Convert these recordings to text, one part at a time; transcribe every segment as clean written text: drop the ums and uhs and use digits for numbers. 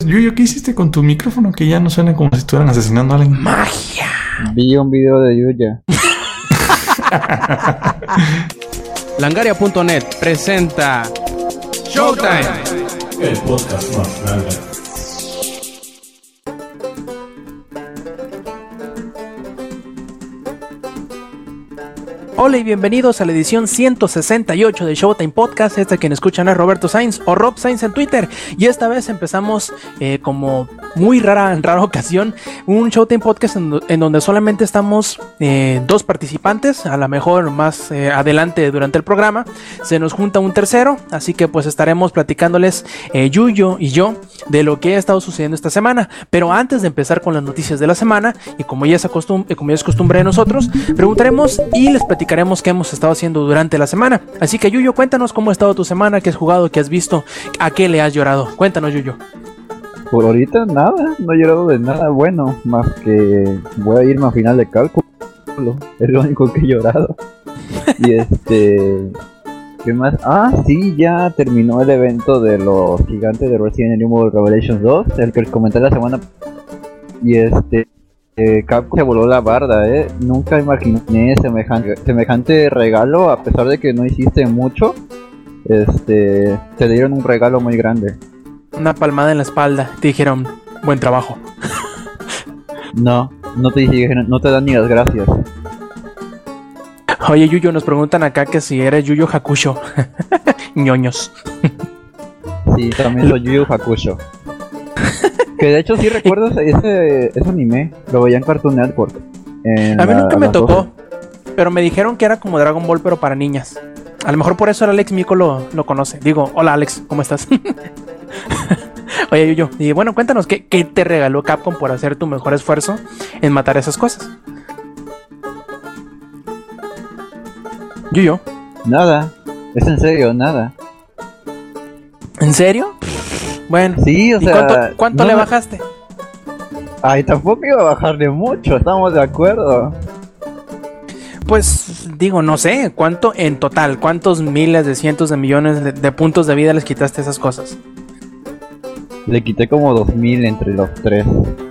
Yuyo, ¿qué hiciste con tu micrófono que ya no suena como si estuvieran asesinando a alguien? ¡Magia! Vi un video de Yuya. Langaria.net presenta Showtime, el podcast más grande. Hola y bienvenidos a la edición 168 de Showtime Podcast. Quien escuchan es Roberto Sainz o Rob Sainz en Twitter. Y esta vez empezamos como muy rara ocasión, un Showtime Podcast en donde solamente estamos dos participantes. A lo mejor más adelante durante el programa se nos junta un tercero, así que pues estaremos platicándoles Yuyo y yo de lo que ha estado sucediendo esta semana. Pero antes de empezar con las noticias de la semana, y como ya es costumbre de nosotros, preguntaremos y les platicaremos qué hemos estado haciendo durante la semana. Así que Yuyo, cuéntanos cómo ha estado tu semana, qué has jugado, qué has visto, a qué le has llorado. Cuéntanos, Yuyo. Por ahorita nada, no he llorado de nada bueno, más que voy a irme a final de cálculo. Es lo único que he llorado. Y ¿qué más? Ah, sí, ya terminó el evento de los gigantes de Resident Evil Revelations 2, el que les comenté la semana. Y Capcom se voló la barda, nunca imaginé semejante regalo, a pesar de que no hiciste mucho. Te dieron un regalo muy grande. Una palmada en la espalda, te dijeron, buen trabajo. No te dan ni las gracias. Oye, Yuyo, nos preguntan acá que si eres Yuyo Hakusho. Ñoños. Sí, también soy Yu Yu Hakusho. Que de hecho sí recuerdas ese anime, lo veía en Cartoon Network. A mí nunca me tocó, pero me dijeron que era como Dragon Ball pero para niñas. A lo mejor por eso el Alex Mico lo conoce. Digo, hola Alex, ¿cómo estás? Oye, Yuyo, y bueno, cuéntanos ¿qué te regaló Capcom por hacer tu mejor esfuerzo en matar esas cosas? Yuyo. Nada, es en serio, nada. ¿En serio? Bueno, sí, o sea, ¿cuánto le bajaste? Ay, tampoco iba a bajarle mucho, estamos de acuerdo. Pues digo, no sé, ¿cuánto en total? ¿Cuántos miles de cientos de millones de puntos de vida les quitaste a esas cosas? Le quité como 2000 entre los tres.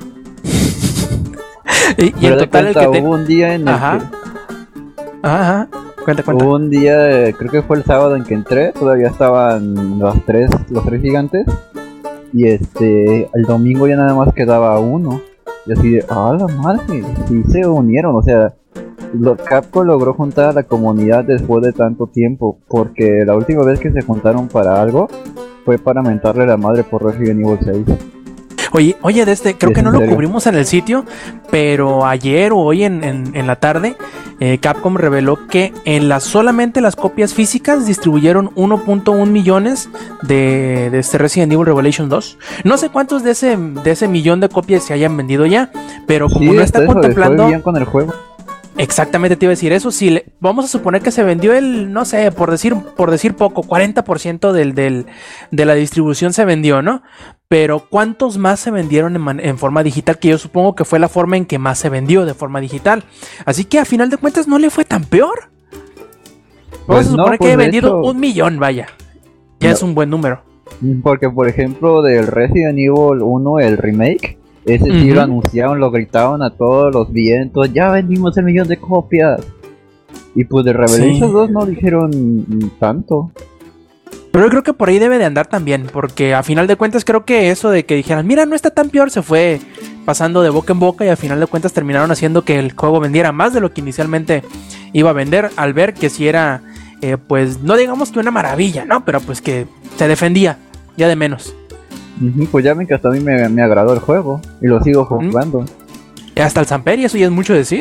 y en total hubo un día en el Ajá. Cuenta. Hubo un día, creo que fue el sábado en que entré, todavía estaban los tres gigantes. Y el domingo ya nada más quedaba uno. Y así de, la madre, sí se unieron, o sea, Capcom logró juntar a la comunidad después de tanto tiempo, porque la última vez que se juntaron para algo fue para mentarle la madre por Resident Evil 6. Oye, creo que no lo cubrimos en el sitio, pero ayer o hoy en la tarde, Capcom reveló que solamente las copias físicas distribuyeron 1.1 millones de Resident Evil Revelation 2. No sé cuántos de ese millón de copias se hayan vendido ya, pero como no está contemplando... Fue bien con el juego. Exactamente, te iba a decir eso. Si vamos a suponer que se vendió no sé, por decir poco, 40% de la distribución se vendió, ¿no? Pero ¿cuántos más se vendieron en forma digital? Que yo supongo que fue la forma en que más se vendió de forma digital. Así que a final de cuentas no le fue tan peor. Vamos a suponer que he vendido 1 millón, vaya. Ya es un buen número. Porque por ejemplo del Resident Evil 1, el remake, ese sí lo anunciaron, lo gritaron a todos los vientos, ya vendimos 1 millón de copias. Y pues de Revelations 2 no dijeron tanto. Pero yo creo que por ahí debe de andar también, porque a final de cuentas creo que eso de que dijeran, mira, no está tan peor, se fue pasando de boca en boca y a final de cuentas terminaron haciendo que el juego vendiera más de lo que inicialmente iba a vender, al ver que si era, pues no digamos que una maravilla, ¿no? Pero pues que se defendía, ya de menos. Pues ya ven que hasta a mí me agradó el juego y lo sigo jugando. Y hasta el Samper, y eso ya es mucho decir.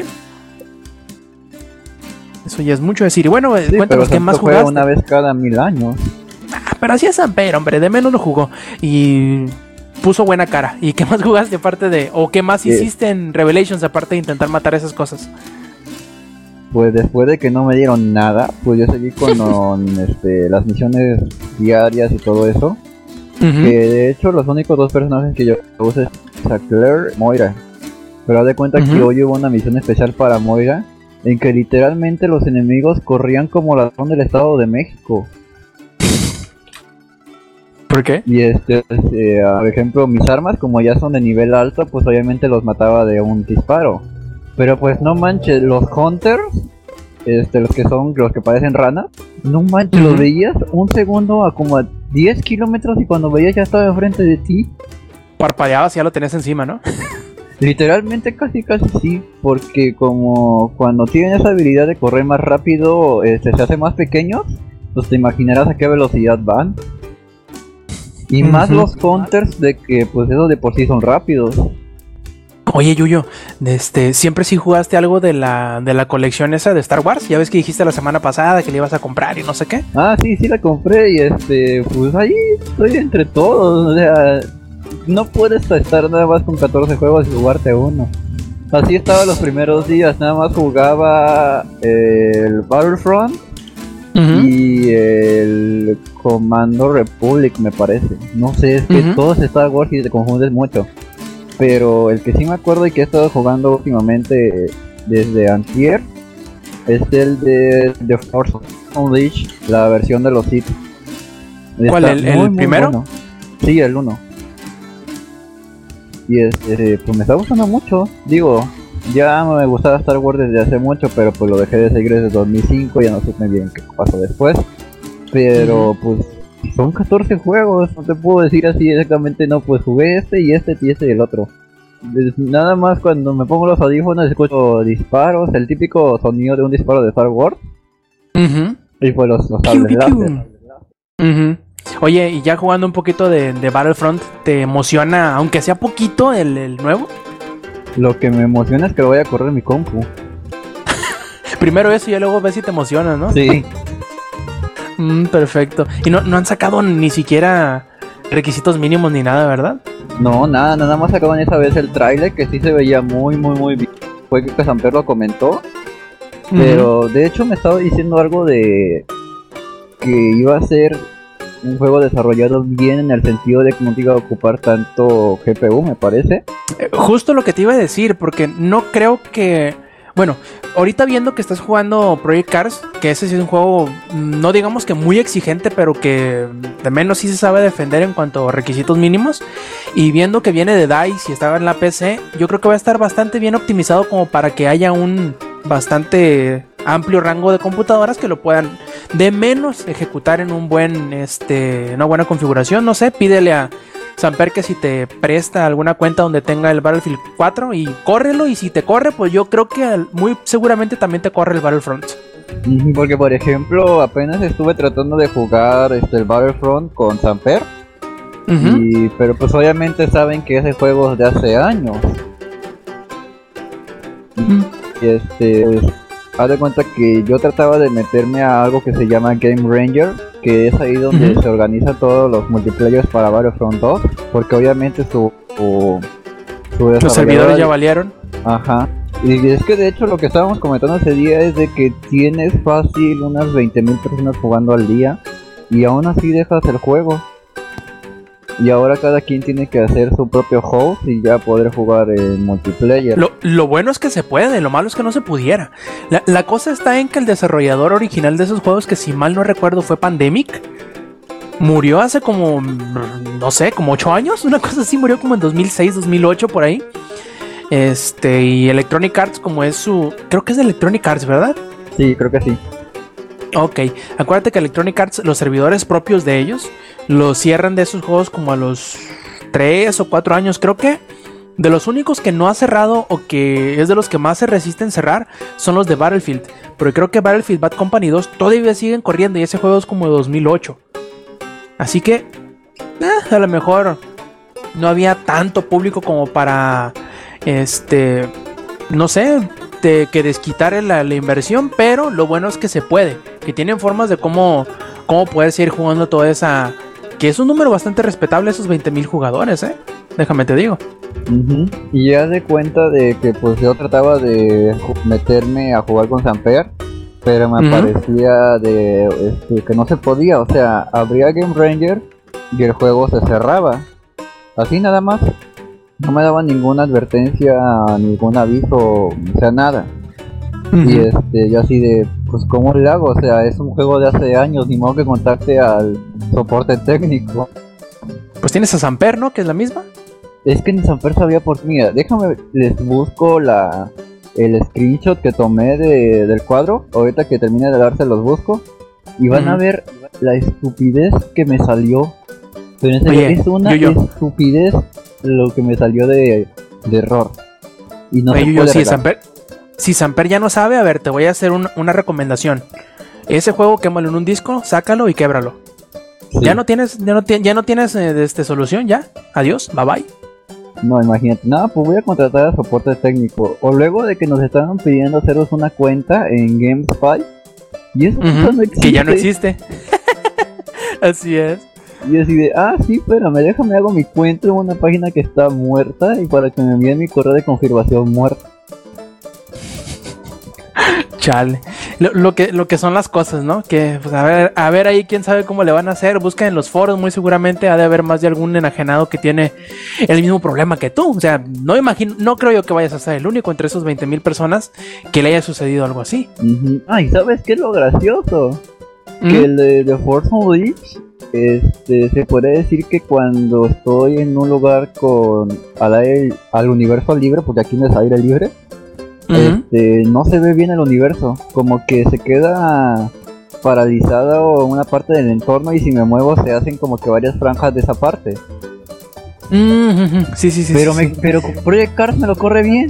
Eso ya es mucho decir. Y bueno, sí, cuéntanos qué más jugaste. Una vez cada 1000 años. Pero así es Samper, hombre, de menos lo jugó. Y puso buena cara. ¿Y qué más jugaste aparte de... o qué más hiciste en Revelations aparte de intentar matar esas cosas? Pues después de que no me dieron nada, pues yo seguí con las misiones diarias y todo eso. Que de hecho los únicos dos personajes que yo uso es Claire y Moira. Pero haz de cuenta que hoy hubo una misión especial para Moira, en que literalmente los enemigos corrían como ladrón del Estado de México. ¿Por qué? Y por ejemplo, mis armas, como ya son de nivel alto, pues obviamente los mataba de un disparo. Pero pues no manches, los hunters, los que parecen ranas, no manches, los veías un segundo a como a 10 kilómetros y cuando veías ya estaba enfrente de ti. Parpadeabas y ya lo tenías encima, ¿no? Literalmente casi sí, porque como cuando tienen esa habilidad de correr más rápido, se hacen más pequeños, pues te imaginarás a qué velocidad van. Y más los hunters de que pues esos de por sí son rápidos. Oye, Yuyo, siempre sí jugaste algo de la colección esa de Star Wars. Ya ves que dijiste la semana pasada que le ibas a comprar y no sé qué. Ah, sí la compré y pues ahí estoy entre todos, o sea, no puedes estar nada más con 14 juegos y jugarte uno. Así estaba los primeros días, nada más jugaba el Battlefront y el Commando Republic, me parece. No sé, es que todos Star Wars y te confundes mucho. Pero el que sí me acuerdo y que he estado jugando últimamente desde antier es el de The Force Unleashed, la versión de los Sith. ¿Cuál? ¿El primero? Bueno. Sí, el 1. Y pues me está gustando mucho. Digo, ya me gustaba Star Wars desde hace mucho, pero pues lo dejé de seguir desde 2005, ya no sé muy bien qué pasó después. Pero pues son 14 juegos, no te puedo decir así exactamente, no, pues jugué y el otro. Nada más cuando me pongo los audífonos escucho disparos, el típico sonido de un disparo de Star Wars. Y pues los sables láser. Oye, y ya jugando un poquito de Battlefront, ¿te emociona, aunque sea poquito, el nuevo? Lo que me emociona es que lo voy a correr en mi compu. Primero eso y ya luego ves si te emociona, ¿no? Sí. Perfecto. Y no han sacado ni siquiera requisitos mínimos ni nada, ¿verdad? No, nada más sacaban esa vez el tráiler que sí se veía muy bien. Fue que Casamper lo comentó. Pero de hecho me estaba diciendo algo de que iba a ser un juego desarrollado bien en el sentido de que no te iba a ocupar tanto GPU, me parece. Justo lo que te iba a decir, porque no creo que... Bueno, ahorita viendo que estás jugando Project Cars, que ese sí es un juego, no digamos que muy exigente, pero que de menos sí se sabe defender en cuanto a requisitos mínimos, y viendo que viene de DICE y estaba en la PC, yo creo que va a estar bastante bien optimizado como para que haya un bastante amplio rango de computadoras que lo puedan de menos ejecutar en un buen, una buena configuración. No sé, pídele a Samper que si te presta alguna cuenta donde tenga el Battlefield 4 y córrelo, y si te corre, pues yo creo que muy seguramente también te corre el Battlefront. Porque por ejemplo, apenas estuve tratando de jugar el Battlefront con Samper, pero pues obviamente saben que ese juego es de hace años. Y pues, haz de cuenta que yo trataba de meterme a algo que se llama Game Ranger, que es ahí donde se organizan todos los multiplayers para Battlefront 2, porque obviamente los servidores ya valieron. Ajá. Y es que de hecho lo que estábamos comentando ese día es de que tienes fácil unas 20,000 personas jugando al día y aún así dejas el juego. Y ahora cada quien tiene que hacer su propio host y ya poder jugar en multiplayer. Lo bueno es que se puede, lo malo es que no se pudiera. La cosa está en que el desarrollador original de esos juegos, que si mal no recuerdo fue Pandemic, murió hace como, no sé, como 8 años, una cosa así, murió como en 2006, 2008 por ahí. Y Electronic Arts, como es su... Creo que es de Electronic Arts, ¿verdad? Sí, creo que sí. Ok, acuérdate que Electronic Arts, los servidores propios de ellos, los cierran de esos juegos como a los 3 o 4 años. Creo que de los únicos que no ha cerrado o que es de los que más se resisten cerrar son los de Battlefield. Pero creo que Battlefield Bad Company 2 todavía siguen corriendo y ese juego es como de 2008. Así que a lo mejor no había tanto público como para, no sé, que desquitar la inversión, pero lo bueno es que se puede, que tienen formas de cómo poder seguir jugando toda esa, que es un número bastante respetable, esos 20,000 jugadores, déjame te digo. Y ya de cuenta de que pues yo trataba de meterme a jugar con Samper, pero me parecía que no se podía, o sea, abría Game Ranger y el juego se cerraba, así nada más. No me daba ninguna advertencia, ningún aviso, o sea, nada. Y yo así de, pues ¿cómo le hago? O sea, es un juego de hace años, ni modo que contacte al soporte técnico. Pues tienes a Samper, ¿no? Que es la misma. Es que ni Samper sabía por qué. Mira, déjame, les busco el screenshot que tomé del cuadro. Ahorita que termine de darse los busco. Y van a ver la estupidez que me salió. Pero en serio, es una estupidez lo que me salió de error. Y no se puede si Samper ya no sabe, a ver, te voy a hacer una recomendación. Ese juego quémalo en un disco, sácalo y québralo. Sí. ¿Ya no tienes solución? ¿Ya? Adiós, bye bye. No, imagínate, no, pues voy a contratar a soporte técnico. O luego de que nos estaban pidiendo haceros una cuenta en GameSpy. Y eso no existe. Que ya no existe. Así es. Y así de, sí, espérame, déjame hago mi cuenta en una página que está muerta y para que me envíen mi correo de confirmación muerta. Chale. Lo que son las cosas, ¿no? Que pues, a ver ahí quién sabe cómo le van a hacer. Busca en los foros, muy seguramente ha de haber más de algún enajenado que tiene el mismo problema que tú. O sea, no creo yo que vayas a ser el único entre esos 20,000 personas que le haya sucedido algo así. Ay, ¿sabes qué es lo gracioso? Que el de Force Unleashed, se puede decir que cuando estoy en un lugar al universo libre, porque aquí no es aire libre, no se ve bien el universo, como que se queda paralizado una parte del entorno y si me muevo se hacen como que varias franjas de esa parte. Sí. Pero Project Cars me lo corre bien.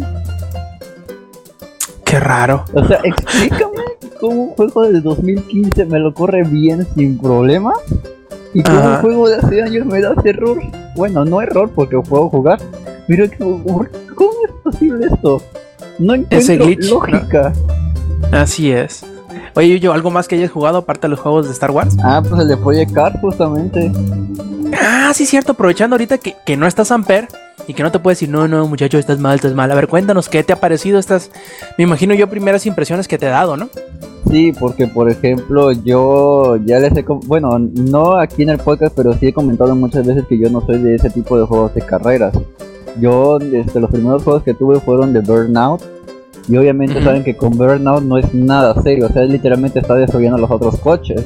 Qué raro. O sea, explícame cómo un juego del 2015 me lo corre bien sin problema y cómo un juego de hace años me da error. Bueno, no error porque puedo jugar, pero ¿cómo es posible esto? No encuentro lógica. ¿No? Así es. Oye, yo ¿algo más que hayas jugado aparte de los juegos de Star Wars? Pues el de Project Cars justamente. Sí, cierto, aprovechando ahorita que no está Samper y que no te puede decir, no, muchacho, estás mal. A ver, cuéntanos, ¿qué te ha parecido me imagino yo, primeras impresiones que te he dado, ¿no? Sí, porque por ejemplo, yo ya les he... Bueno, no aquí en el podcast, pero sí he comentado muchas veces que yo no soy de ese tipo de juegos de carreras. Yo, los primeros juegos que tuve fueron de Burnout. Y obviamente saben que con Burnout no es nada serio, o sea, literalmente está destruyendo los otros coches.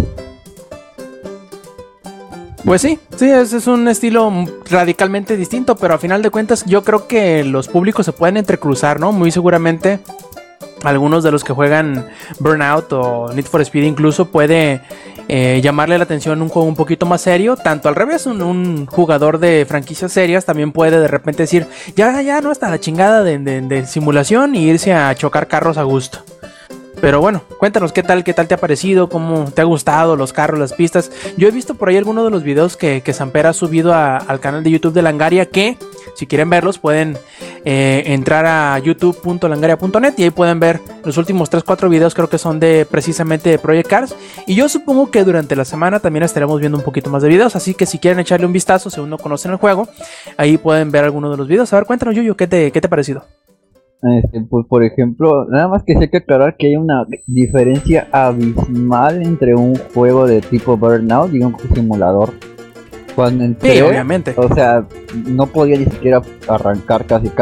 Pues sí, es un estilo radicalmente distinto, pero a final de cuentas yo creo que los públicos se pueden entrecruzar, ¿no? Muy seguramente algunos de los que juegan Burnout o Need for Speed incluso puede llamarle la atención un juego un poquito más serio. Tanto al revés, un jugador de franquicias serias también puede de repente decir, ya no está la chingada de simulación y irse a chocar carros a gusto. Pero bueno, cuéntanos qué tal te ha parecido, cómo te ha gustado los carros, las pistas. Yo he visto por ahí algunos de los videos que Samper ha subido al canal de YouTube de Langaria, que si quieren verlos pueden entrar a youtube.langaria.net y ahí pueden ver los últimos 3-4 videos, creo que son precisamente de Project Cars. Y yo supongo que durante la semana también estaremos viendo un poquito más de videos, así que si quieren echarle un vistazo, si aún no conocen el juego, ahí pueden ver algunos de los videos. A ver, cuéntanos, Yuyo, ¿qué te ha parecido? Pues por ejemplo, nada más que sé que aclarar que hay una diferencia abismal entre un juego de tipo Burnout y un simulador. Cuando entré, sí, obviamente. O sea, no podía ni siquiera arrancar casi.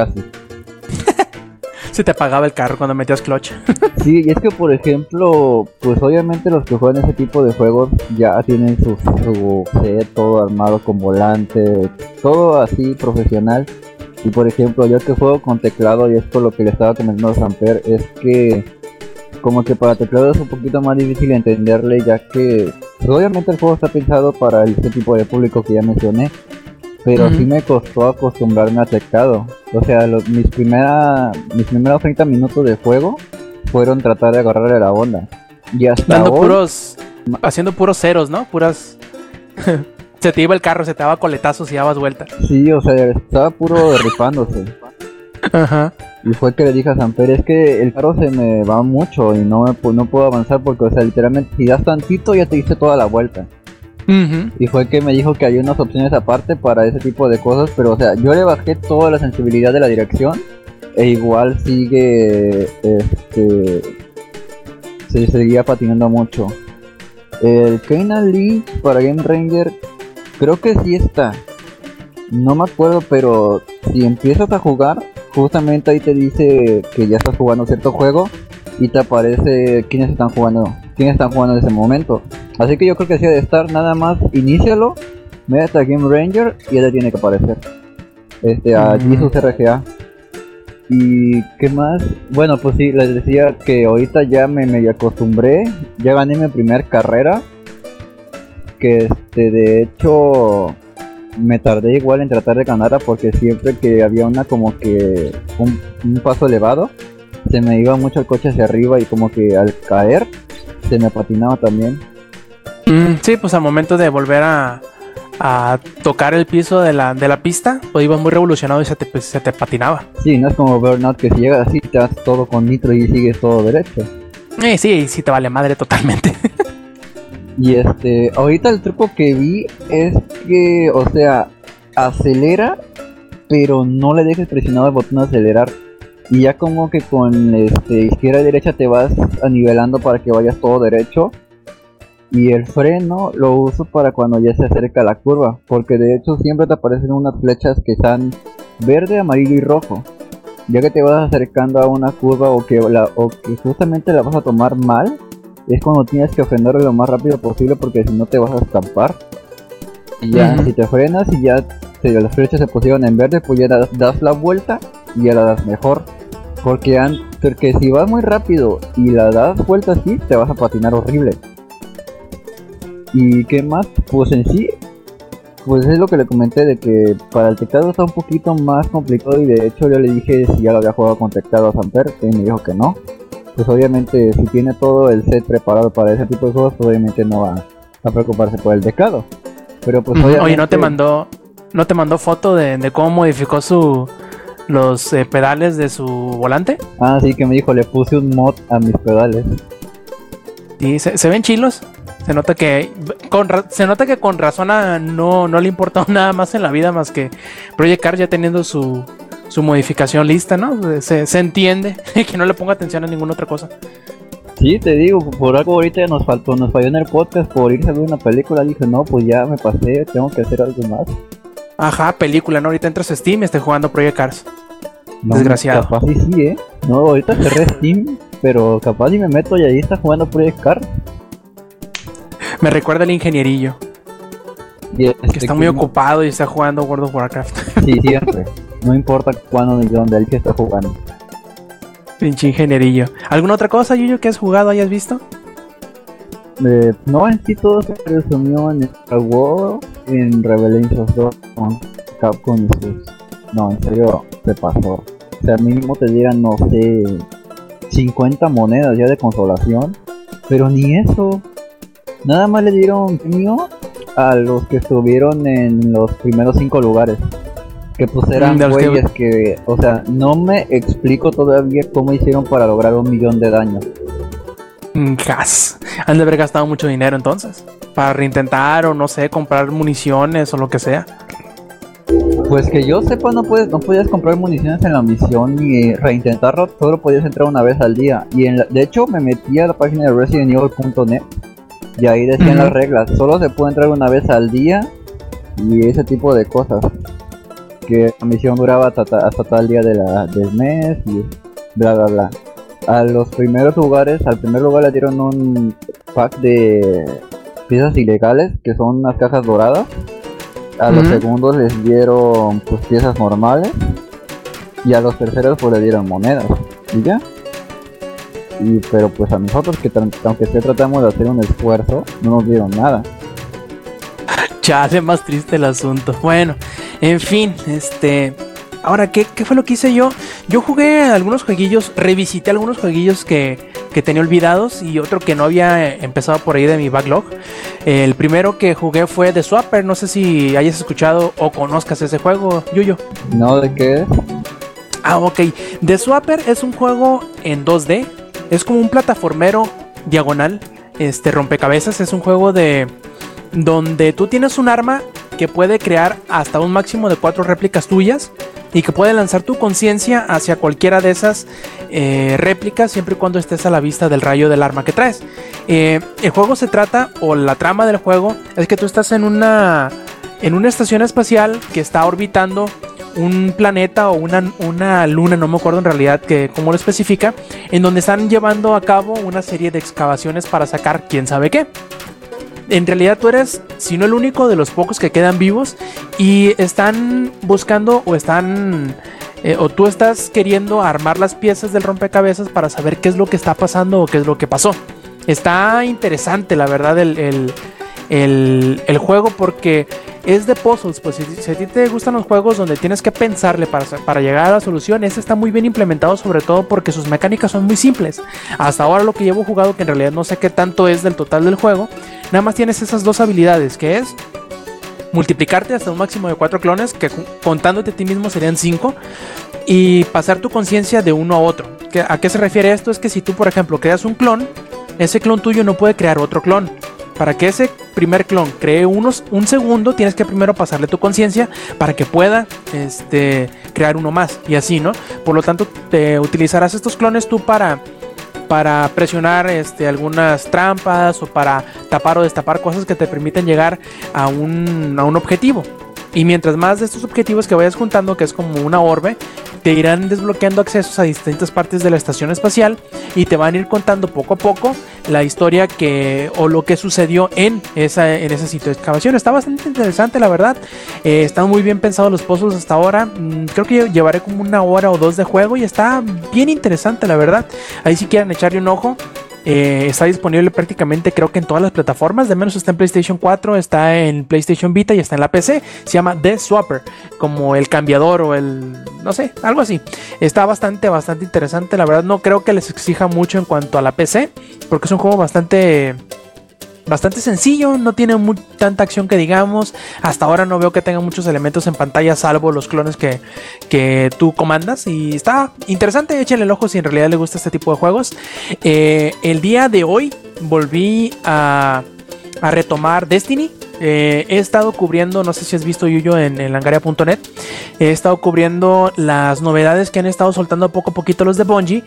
Se te apagaba el carro cuando metías clutch. Sí, y es que por ejemplo, pues obviamente los que juegan ese tipo de juegos ya tienen su set todo armado con volante, todo así profesional. Y por ejemplo, yo que juego con teclado, y esto lo que le estaba comentando a Samper, es que como que para teclado es un poquito más difícil entenderle, ya que pues, obviamente el juego está pensado para este tipo de público que ya mencioné, pero sí me costó acostumbrarme a teclado. O sea, mis primeros 30 minutos de juego fueron tratar de agarrarle la onda. Y hasta haciendo puros ceros, ¿no? Puras... Se te iba el carro, se te daba coletazos y dabas vuelta. Sí, o sea, estaba puro derripándose. Ajá. Y fue que le dije a Samper, es que el carro se me va mucho y no puedo avanzar porque, o sea, literalmente si das tantito ya te diste toda la vuelta. Y fue que me dijo que hay unas opciones aparte para ese tipo de cosas, pero o sea, yo le bajé toda la sensibilidad de la dirección e igual se seguía patinando mucho. El Keynan Lee para Game Ranger creo que sí está, no me acuerdo, pero si empiezas a jugar, justamente ahí te dice que ya estás jugando cierto juego y te aparece quiénes están jugando en ese momento. Así que yo creo que sí ha de estar, nada más inícialo Meta Game Ranger y él tiene que aparecer. A Jesus RGA. ¿Y qué más? Bueno, pues sí, les decía que ahorita ya me medio acostumbré. Ya gané mi primer carrera. Que de hecho me tardé igual en tratar de ganarla porque siempre que había una como que un paso elevado, se me iba mucho el coche hacia arriba y como que al caer se me patinaba también. Sí, pues al momento de volver a tocar el piso de la pista, pues ibas muy revolucionado y se te patinaba. Sí, no es como Burnout que si llegas así te das todo con nitro y sigues todo derecho. Sí te vale madre totalmente. Y ahorita el truco que vi es que, o sea, acelera, pero no le dejes presionado el botón de acelerar. Y ya como que con izquierda y derecha te vas anivelando para que vayas todo derecho. Y el freno lo uso para cuando ya se acerca la curva, porque de hecho siempre te aparecen unas flechas que están verde, amarillo y rojo. Ya que te vas acercando a una curva o que justamente la vas a tomar mal, es cuando tienes que frenarlo lo más rápido posible porque si no te vas a estampar. Y ya si te frenas y ya las flechas se pusieron en verde, pues ya das la vuelta y ya la das mejor. Porque si vas muy rápido y la das vuelta así, te vas a patinar horrible. ¿Y qué más? Pues en sí, pues es lo que le comenté de que para el teclado está un poquito más complicado y de hecho yo le dije si ya lo había jugado con teclado a Samper y me dijo que no. Pues obviamente si tiene todo el set preparado para ese tipo de juegos, pues obviamente no va a preocuparse por el teclado. Pero pues obviamente... Oye, ¿no te mandó foto de cómo modificó los pedales de su volante? Ah, sí, que me dijo, le puse un mod a mis pedales. Sí, se ven chilos. Se nota que con razón no le importó nada más en la vida más que Project Cars ya teniendo su modificación lista, ¿no? Se entiende que no le ponga atención a ninguna otra cosa. Sí, te digo, por algo ahorita nos falló en el podcast por irse a ver una película. Dije, no, pues ya me pasé, tengo que hacer algo más. Ajá, película, ¿no? Ahorita entras a Steam y estoy jugando Project Cars. No, desgraciado. Capaz sí, No, ahorita cerré Steam, pero capaz si me meto y ahí está jugando Project Cars. Me recuerda el ingenierillo. Que está muy ocupado y está jugando World of Warcraft. Sí, siempre. No importa cuándo ni dónde, él que está jugando. Pinche ingenierillo. ¿Alguna otra cosa, Yuyo, que has jugado, hayas visto? No, en sí todo se resumió en Star Wars, en Revelations 2, con Capcom y sus... No, en serio, se pasó. O sea, mínimo te dieran, no sé, 50 monedas ya de consolación. Pero ni eso. Nada más le dieron premio a los que estuvieron en los primeros 5 lugares. Que pues eran güeyes que... O sea, no me explico todavía cómo hicieron para lograr 1.000.000 de daño. Gas. Han de haber gastado mucho dinero entonces. Para reintentar o no sé, comprar municiones o lo que sea. Pues que yo sepa, no podías comprar municiones en la misión ni reintentarlo. Solo podías entrar una vez al día. Y de hecho me metí a la página de ResidentEvil.net. Y ahí decían las reglas, solo se puede entrar una vez al día y ese tipo de cosas. Que la misión duraba hasta tal día del mes y bla bla bla. A los primeros lugares, al primer lugar le dieron un pack de piezas ilegales, que son unas cajas doradas. A los segundos les dieron pues piezas normales. Y a los terceros pues le dieron monedas. Y ya. Pero pues a nosotros que aunque tratamos de hacer un esfuerzo, no nos dieron nada. Chale, más triste el asunto. Bueno, en fin, ahora, ¿qué fue lo que hice yo? Yo jugué algunos jueguillos, revisité algunos jueguillos que tenía olvidados y otro que no había empezado por ahí de mi backlog. El primero que jugué fue The Swapper, no sé si hayas escuchado o conozcas ese juego, Yuyo. No, ¿de qué es? Ah, ok. The Swapper es un juego en 2D. Es como un plataformero diagonal, rompecabezas. Es un juego donde tú tienes un arma que puede crear hasta un máximo de 4 réplicas tuyas y que puede lanzar tu conciencia hacia cualquiera de esas réplicas siempre y cuando estés a la vista del rayo del arma que traes. El juego se trata, o la trama del juego, es que tú estás en una estación espacial que está orbitando un planeta o una luna, no me acuerdo en realidad cómo lo especifica, en donde están llevando a cabo una serie de excavaciones para sacar quién sabe qué. en realidad tú eres, si no el único, de los pocos que quedan vivos y están buscando o tú estás queriendo armar las piezas del rompecabezas para saber qué es lo que está pasando o qué es lo que pasó. Está interesante, la verdad, el juego, porque es de puzzles. Pues si a ti te gustan los juegos donde tienes que pensarle para llegar a la solución, este está muy bien implementado, sobre todo porque sus mecánicas son muy simples. Hasta ahora lo que llevo jugado, que en realidad no sé qué tanto es del total del juego, nada más tienes esas dos habilidades, que es multiplicarte hasta un máximo de 4 clones, que contándote a ti mismo serían 5, y pasar tu conciencia de uno a otro. ¿A qué se refiere esto? Es que si tú, por ejemplo, creas un clon, ese clon tuyo no puede crear otro clon. Para que ese primer clon cree un segundo, tienes que primero pasarle tu conciencia para que pueda crear uno más, y así, ¿no? Por lo tanto, te utilizarás estos clones tú para presionar algunas trampas, o para tapar o destapar cosas que te permiten llegar a un objetivo. Y mientras más de estos objetivos que vayas juntando, que es como una orbe, te irán desbloqueando accesos a distintas partes de la estación espacial y te van a ir contando poco a poco la historia o lo que sucedió en ese sitio de excavación. Está bastante interesante, la verdad. Están muy bien pensados los puzzles hasta ahora. Creo que llevaré como 1 hora o 2 de juego y está bien interesante, la verdad. Ahí si quieren echarle un ojo. Está disponible prácticamente, creo que en todas las plataformas. De menos está en PlayStation 4, está en PlayStation Vita y está en la PC. Se llama The Swapper, como el cambiador o no sé, algo así. Está bastante interesante. La verdad no creo que les exija mucho en cuanto a la PC, porque es un juego bastante sencillo, no tiene tanta acción que digamos. Hasta ahora no veo que tenga muchos elementos en pantalla, salvo los clones que tú comandas. Y está interesante, échenle el ojo si en realidad les gusta este tipo de juegos. El día de hoy volví a retomar Destiny. He estado cubriendo, no sé si has visto Yuyo en langaria.net, he estado cubriendo las novedades que han estado soltando poco a poquito los de Bungie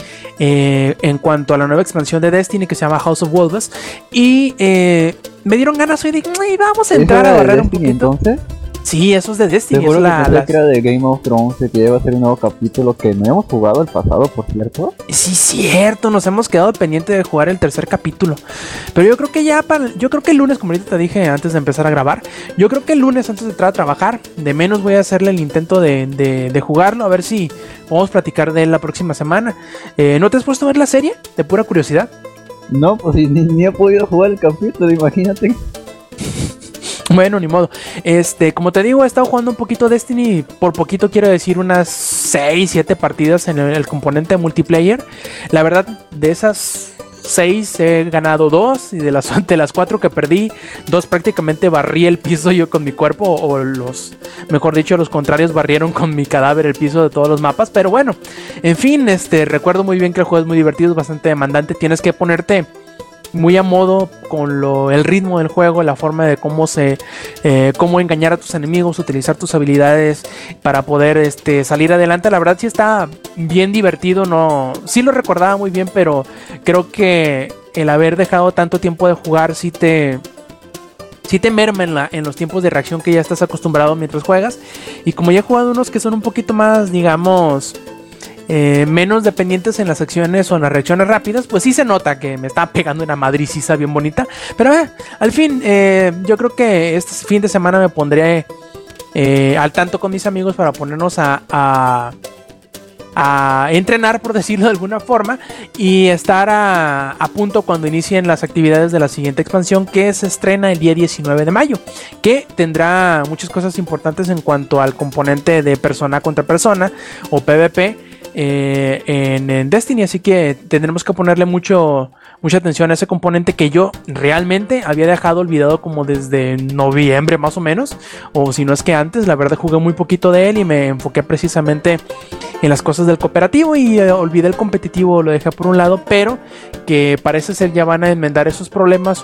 en cuanto a la nueva expansión de Destiny que se llama House of Wolves, y me dieron ganas hoy de vamos a entrar a barrer un poquito. ¿Entonces? Sí, eso es de Destiny. Seguro que era de Game of Thrones, que iba a ser un nuevo capítulo que no hemos jugado el pasado, por cierto. Sí, cierto, nos hemos quedado pendiente de jugar el tercer capítulo. Pero yo creo que yo creo que el lunes, como ahorita te dije antes de empezar a grabar, yo creo que el lunes antes de entrar a trabajar, de menos voy a hacerle el intento de jugarlo, a ver si vamos a platicar de él la próxima semana. ¿No te has puesto a ver la serie? De pura curiosidad. No, pues ni he podido jugar el capítulo, imagínate. Bueno, ni modo. Como te digo, he estado jugando un poquito Destiny. Por poquito quiero decir unas 6-7 partidas en el componente multiplayer. La verdad, de esas 6 he ganado 2. Y de las 4 que perdí, 2 prácticamente barrí el piso yo con mi cuerpo. O mejor dicho, los contrarios barrieron con mi cadáver el piso de todos los mapas. Pero bueno, en fin, recuerdo muy bien que el juego es muy divertido, es bastante demandante. Tienes que ponerte muy a modo con el ritmo del juego, la forma de cómo engañar a tus enemigos, utilizar tus habilidades para poder salir adelante. La verdad sí está bien divertido, sí lo recordaba muy bien, pero creo que el haber dejado tanto tiempo de jugar sí te merma en los tiempos de reacción que ya estás acostumbrado mientras juegas. Y como ya he jugado unos que son un poquito más, digamos, menos dependientes en las acciones o en las reacciones rápidas, pues sí se nota que me está pegando una madriciza bien bonita. Pero al fin, yo creo que este fin de semana me pondré al tanto con mis amigos para ponernos a entrenar, por decirlo de alguna forma, y estar a punto cuando inicien las actividades de la siguiente expansión, que se estrena el día 19 de mayo, que tendrá muchas cosas importantes en cuanto al componente de persona contra persona o PvP en Destiny, así que tendremos que ponerle mucha atención a ese componente que yo realmente había dejado olvidado como desde noviembre más o menos, o si no es que antes. La verdad jugué muy poquito de él y me enfoqué precisamente en las cosas del cooperativo y olvidé el competitivo, lo dejé por un lado, pero que parece ser ya van a enmendar esos problemas o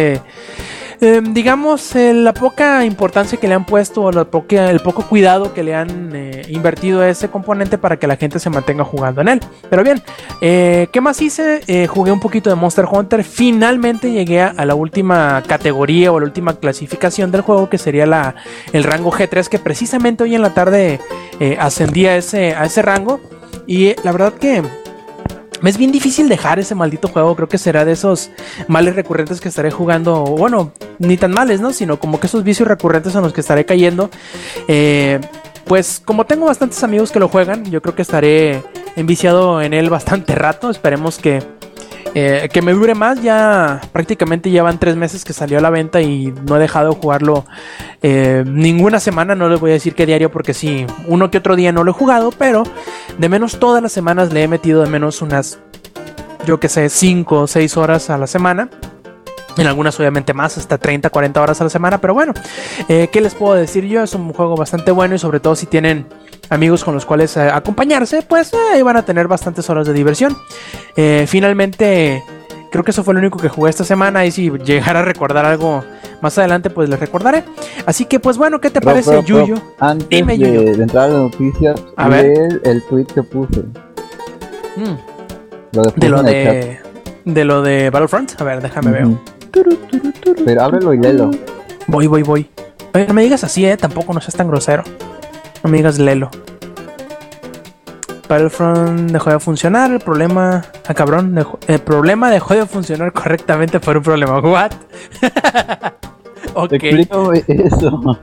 digamos, la poca importancia que le han puesto o el poco cuidado que le han invertido a ese componente para que la gente se mantenga jugando en él. Pero bien, ¿qué más hice? Jugué un poquito de Monster Hunter. Finalmente llegué a la última categoría o la última clasificación del juego, que sería el rango G3, que precisamente hoy en la tarde ascendí a ese rango. Y la verdad que Me es bien difícil dejar ese maldito juego. Creo que será de esos males recurrentes que estaré jugando. Bueno, ni tan males, ¿no? Sino como que esos vicios recurrentes en los que estaré cayendo. Pues como tengo bastantes amigos que lo juegan, yo creo que estaré enviciado en él bastante rato. Esperemos que me dure más. Ya prácticamente llevan 3 meses que salió a la venta y no he dejado de jugarlo ninguna semana. No les voy a decir que diario, porque sí, uno que otro día no lo he jugado, pero de menos todas las semanas le he metido de menos unas, yo que sé, 5 o 6 horas a la semana. En algunas obviamente más, hasta 30, 40 horas a la semana. Pero bueno, ¿qué les puedo decir yo? Es un juego bastante bueno, y sobre todo si tienen amigos con los cuales acompañarse, pues ahí van a tener bastantes horas de diversión. Finalmente, creo que eso fue lo único que jugué esta semana. Y si llegara a recordar algo más adelante, pues les recordaré. Así que pues bueno, ¿qué te parece, Yuyo? Antes Dime, de Yuyo. entrar a las noticias, A ver. lee el tweet que puse. De lo de Battlefront. A ver, déjame ver. Pero ábrelo y léelo. Voy. Oye, no me digas así, tampoco no seas tan grosero. No me digas lelo. Battlefront dejó de funcionar. El problema... el problema dejó de funcionar correctamente por un problema. ¿What? Ok. Explícame eso.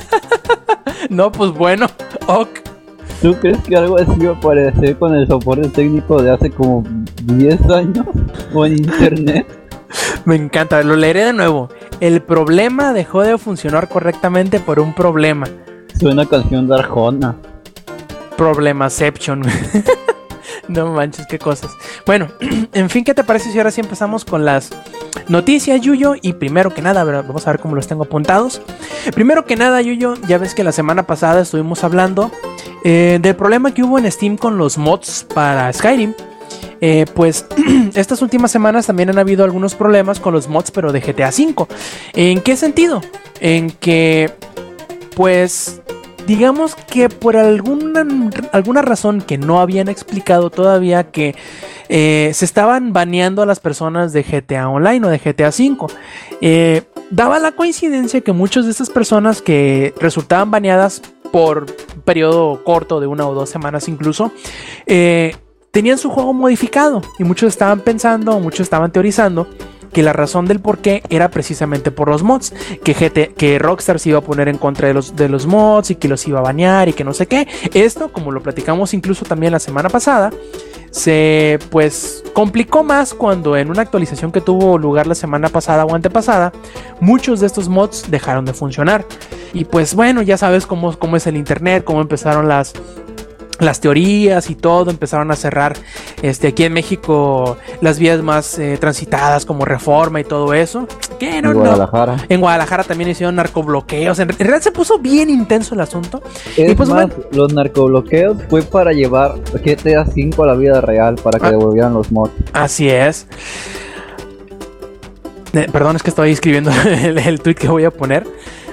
No, pues bueno. Ok. ¿Tú crees que algo así va a aparecer con el soporte técnico de hace como 10 años? ¿O en internet? Me encanta, lo leeré de nuevo. El problema dejó de funcionar correctamente por un problema. Suena canción de Arjona. Problemaception. No manches, qué cosas. Bueno, en fin, ¿qué te parece si ahora sí empezamos con las noticias, Yuyo? Y primero que nada, vamos a ver cómo los tengo apuntados. Primero que nada, Yuyo, ya ves que la semana pasada estuvimos hablando del problema que hubo en Steam con los mods para Skyrim. Pues estas últimas semanas también han habido algunos problemas con los mods, pero de GTA V. ¿En qué sentido? En que, pues, digamos que por alguna razón que no habían explicado todavía, que se estaban baneando a las personas de GTA Online o de GTA V. Daba la coincidencia que muchas de estas personas que resultaban baneadas por un periodo corto de 1 o 2 semanas incluso, tenían su juego modificado, y muchos estaban pensando, muchos estaban teorizando que la razón del por qué era precisamente por los mods, que Rockstar se iba a poner en contra de los mods y que los iba a banear y que no sé qué. Esto, como lo platicamos incluso también la semana pasada, se pues complicó más cuando en una actualización que tuvo lugar la semana pasada o antepasada, muchos de estos mods dejaron de funcionar. Y pues bueno, ya sabes cómo es el internet, cómo empezaron las teorías y todo. Empezaron a cerrar aquí en México las vías más transitadas, como Reforma y todo eso. ¿Qué? No, Guadalajara. En Guadalajara también hicieron narcobloqueos. En realidad se puso bien intenso el asunto. Es y pues, más, bueno, los narcobloqueos fue para llevar GTA V a la vida real, para que devolvieran los mods. Así es. Perdón, es que estoy escribiendo el tweet que voy a poner.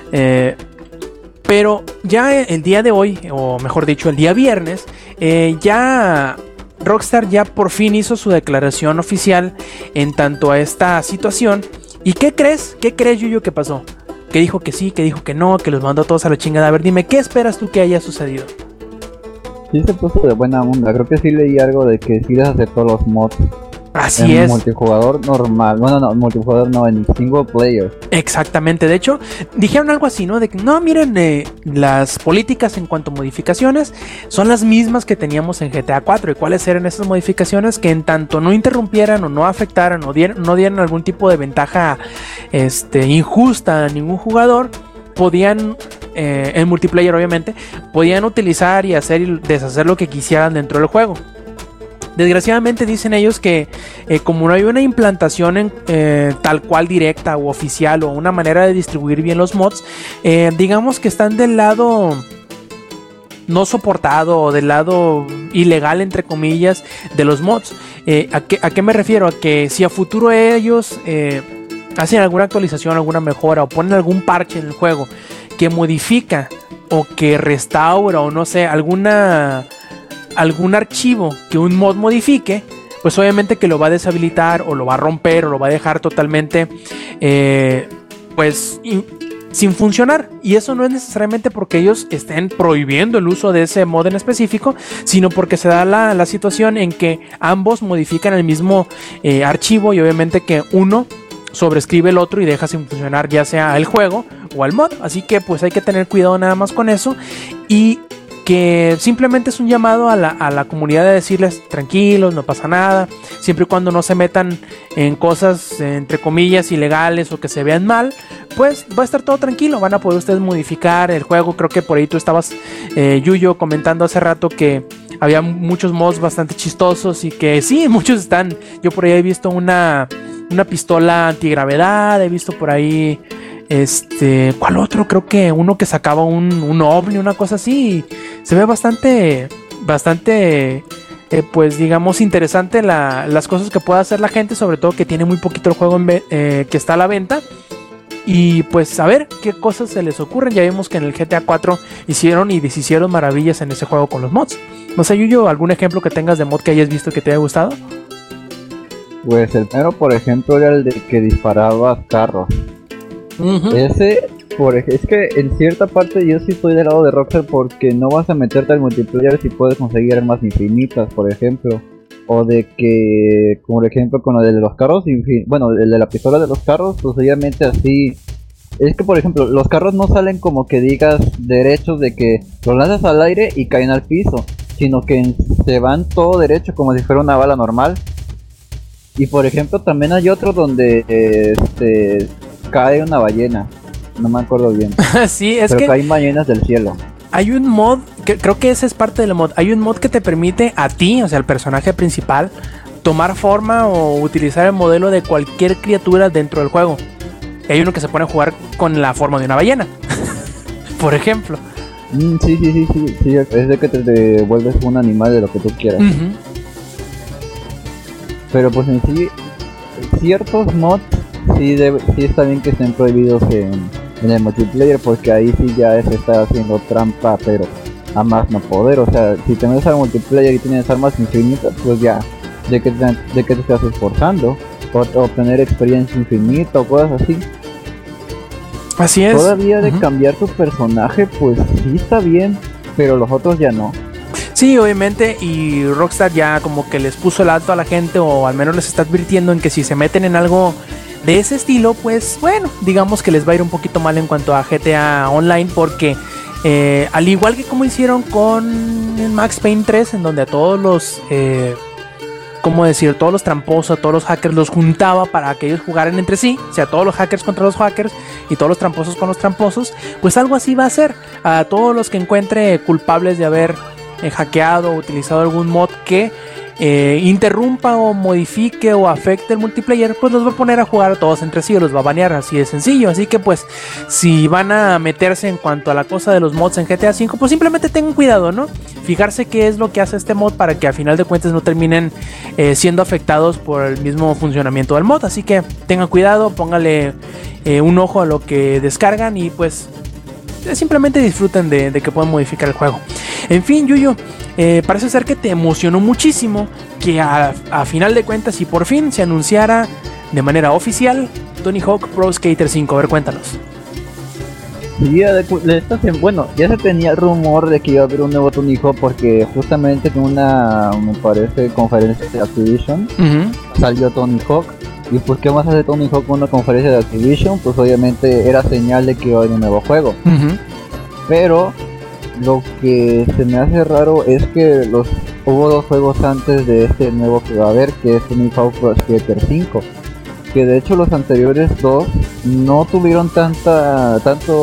Pero ya el día de hoy, o mejor dicho, el día viernes, ya Rockstar ya por fin hizo su declaración oficial en tanto a esta situación. ¿Y qué crees? ¿Qué crees, Yuyo, que pasó? Que dijo que sí, que dijo que no, que los mandó a todos a la chingada. A ver, dime, ¿qué esperas tú que haya sucedido? Sí se puso de buena onda. Creo que sí leí algo de que sí les aceptó los mods. Así en es. Multijugador normal. Bueno, no, multijugador no, en single player. Exactamente. De hecho, dijeron algo así, ¿no? De que no, miren, las políticas en cuanto a modificaciones son las mismas que teníamos en GTA 4. ¿Y cuáles eran esas modificaciones? Que en tanto no interrumpieran o no afectaran o no dieran algún tipo de ventaja injusta a ningún jugador, podían, en multiplayer obviamente, podían utilizar y hacer y deshacer lo que quisieran dentro del juego. Desgraciadamente dicen ellos que como no hay una implantación tal cual directa o oficial, o una manera de distribuir bien los mods, digamos que están del lado no soportado o del lado ilegal, entre comillas, de los mods. ¿A qué me refiero? A que si a futuro ellos hacen alguna actualización, alguna mejora o ponen algún parche en el juego que modifica o que restaura o no sé, algún archivo que un mod modifique, pues obviamente que lo va a deshabilitar o lo va a romper o lo va a dejar totalmente pues sin funcionar, y eso no es necesariamente porque ellos estén prohibiendo el uso de ese mod en específico, sino porque se da la situación en que ambos modifican el mismo archivo, y obviamente que uno sobrescribe el otro y deja sin funcionar ya sea el juego o el mod. Así que pues hay que tener cuidado nada más con eso, y que simplemente es un llamado a la comunidad de decirles tranquilos, no pasa nada, siempre y cuando no se metan en cosas entre comillas ilegales o que se vean mal, pues va a estar todo tranquilo, van a poder ustedes modificar el juego. Creo que por ahí tú estabas, Yuyo, comentando hace rato que había muchos mods bastante chistosos, y que sí, muchos están. Yo por ahí he visto una pistola antigravedad, he visto por ahí ¿cuál otro? Creo que uno que sacaba un ovni, una cosa así. Se ve bastante pues digamos interesante las cosas que puede hacer la gente, sobre todo que tiene muy poquito el juego que está a la venta. Y pues a ver qué cosas se les ocurren. Ya vimos que en el GTA 4 hicieron y deshicieron maravillas en ese juego con los mods. No sé, Yuyo, ¿algún ejemplo que tengas de mod que hayas visto que te haya gustado? Pues el primero, por ejemplo, era el de que disparabas carros. Uh-huh. Ese, es que en cierta parte yo sí estoy del lado de Rockstar, porque no vas a meterte al multiplayer si puedes conseguir armas infinitas, por ejemplo. O de que, como por ejemplo con lo de los carros, bueno, el de la pistola de los carros, pues obviamente así. Es que por ejemplo, los carros no salen como que digas derechos de que los lanzas al aire y caen al piso, sino que se van todo derecho como si fuera una bala normal. Y por ejemplo también hay otro donde cae una ballena, no me acuerdo bien. Sí, es pero que caen ballenas del cielo. hay un mod, que creo que ese es parte del mod. Hay un mod que te permite a ti, o sea, el personaje principal, tomar forma o utilizar el modelo de cualquier criatura dentro del juego. Y hay uno que se pone a jugar con la forma de una ballena, por ejemplo. Sí, es de que te devuelves un animal de lo que tú quieras. Uh-huh. Pero pues en sí, ciertos mods sí está bien que estén prohibidos en el multiplayer, porque ahí sí ya se está haciendo trampa, pero a más no poder. O sea, si te metes al multiplayer y tienes armas infinitas, pues ya, ¿de qué te estás esforzando? O obtener experiencia infinita o cosas así. Así es. Todavía de cambiar tu personaje, pues sí está bien, pero los otros ya no. Sí, obviamente, y Rockstar ya como que les puso el alto a la gente, o al menos les está advirtiendo en que si se meten en algo de ese estilo, pues bueno, digamos que les va a ir un poquito mal en cuanto a GTA Online, porque al igual que como hicieron con Max Payne 3, en donde a todos los todos los tramposos, a todos los hackers los juntaba para que ellos jugaran entre sí, o sea, todos los hackers contra los hackers y todos los tramposos con los tramposos, pues algo así va a ser. A todos los que encuentre culpables de haber hackeado o utilizado algún mod que interrumpa o modifique o afecte el multiplayer, pues los va a poner a jugar a todos entre sí o los va a banear, así de sencillo. Así que pues si van a meterse en cuanto a la cosa de los mods en GTA V, pues simplemente tengan cuidado, ¿no? Fijarse qué es lo que hace este mod para que a final de cuentas no terminen siendo afectados por el mismo funcionamiento del mod. Así que tengan cuidado, póngale un ojo a lo que descargan y pues simplemente disfruten de que puedan modificar el juego. En fin, Yuyo, parece ser que te emocionó muchísimo que a final de cuentas y por fin se anunciara de manera oficial Tony Hawk Pro Skater 5. A ver, cuéntanos. Sí, bueno, ya se tenía el rumor de que iba a haber un nuevo Tony Hawk, porque justamente en una, me parece, conferencia de Activision salió Tony Hawk. Y pues, ¿qué más hace Tony Hawk con una conferencia de Activision? Pues obviamente era señal de que iba a haber un nuevo juego. Pero lo que se me hace raro es que hubo dos juegos antes de este nuevo que va a haber, que es Tony Hawk Pro Skater 5. Que de hecho los anteriores dos no tuvieron tanta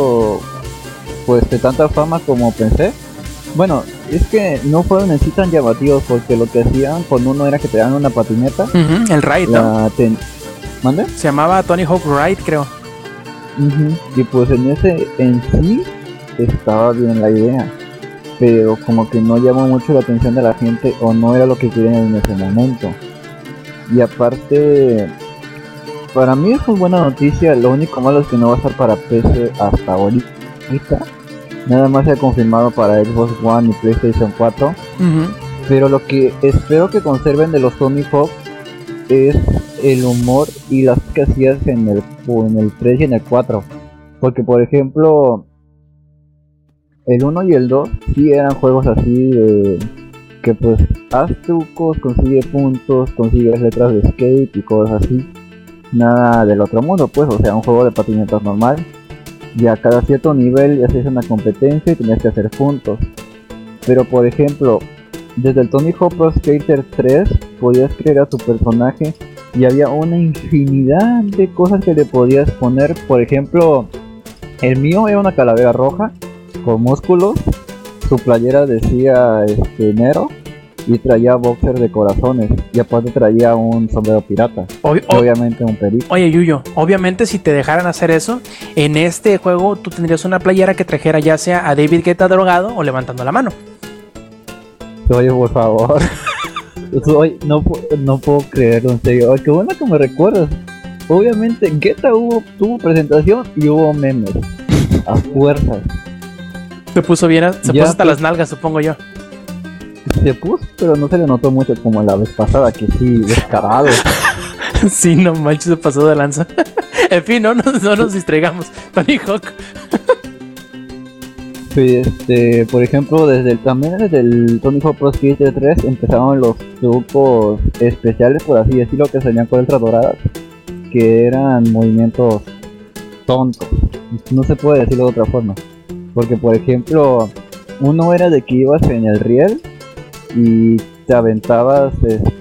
fama como pensé. Bueno, es que no fueron en sí tan llamativos, porque lo que hacían con uno era que te daban una patineta. El Ride, ¿no? ¿Mande? Se llamaba Tony Hawk Ride, creo. Y pues en sí estaba bien la idea, pero como que no llamó mucho la atención de la gente, o no era lo que querían en ese momento. Y aparte, para mí es una buena noticia. Lo único malo es que no va a estar para PC hasta ahorita. Nada más se ha confirmado para Xbox One y PlayStation 4. Pero lo que espero que conserven de los Tony Hawk es el humor y las que hacías en el 3 y en el 4. Porque por ejemplo, el 1 y el 2 sí eran juegos así de que pues haz trucos, consigue puntos, consigues letras de skate y cosas así. Nada del otro mundo, pues, o sea, un juego de patinetas normal. Y a cada cierto nivel ya hacías una competencia y tenías que hacer puntos. Pero por ejemplo, desde el Tony Hawk Pro Skater 3 podías crear a tu personaje y había una infinidad de cosas que le podías poner. Por ejemplo, el mío era una calavera roja con músculos, su playera decía Nero y traía boxer de corazones y aparte traía un sombrero pirata, obviamente un perico. Oye Yuyo, obviamente si te dejaran hacer eso, en este juego tú tendrías una playera que trajera ya sea a David Guetta drogado o levantando la mano. Oye, por favor. No puedo creerlo, en serio. Ay, qué bueno que me recuerdas. Obviamente Guetta tuvo presentación y hubo memes a fuerzas. Se puso hasta las nalgas, supongo yo. Se puso, pero no se le notó mucho como la vez pasada, que sí, descarado. Sí, no manches, se pasó de lanza. En fin, no nos distraigamos. Tony Hawk. Sí, por ejemplo, desde el Tony Hawk Pro Skater 3 empezaron los trucos especiales, por así decirlo, que salían con letras doradas, que eran movimientos tontos. No se puede decirlo de otra forma. Porque, por ejemplo, uno era de que ibas en el riel y te aventabas,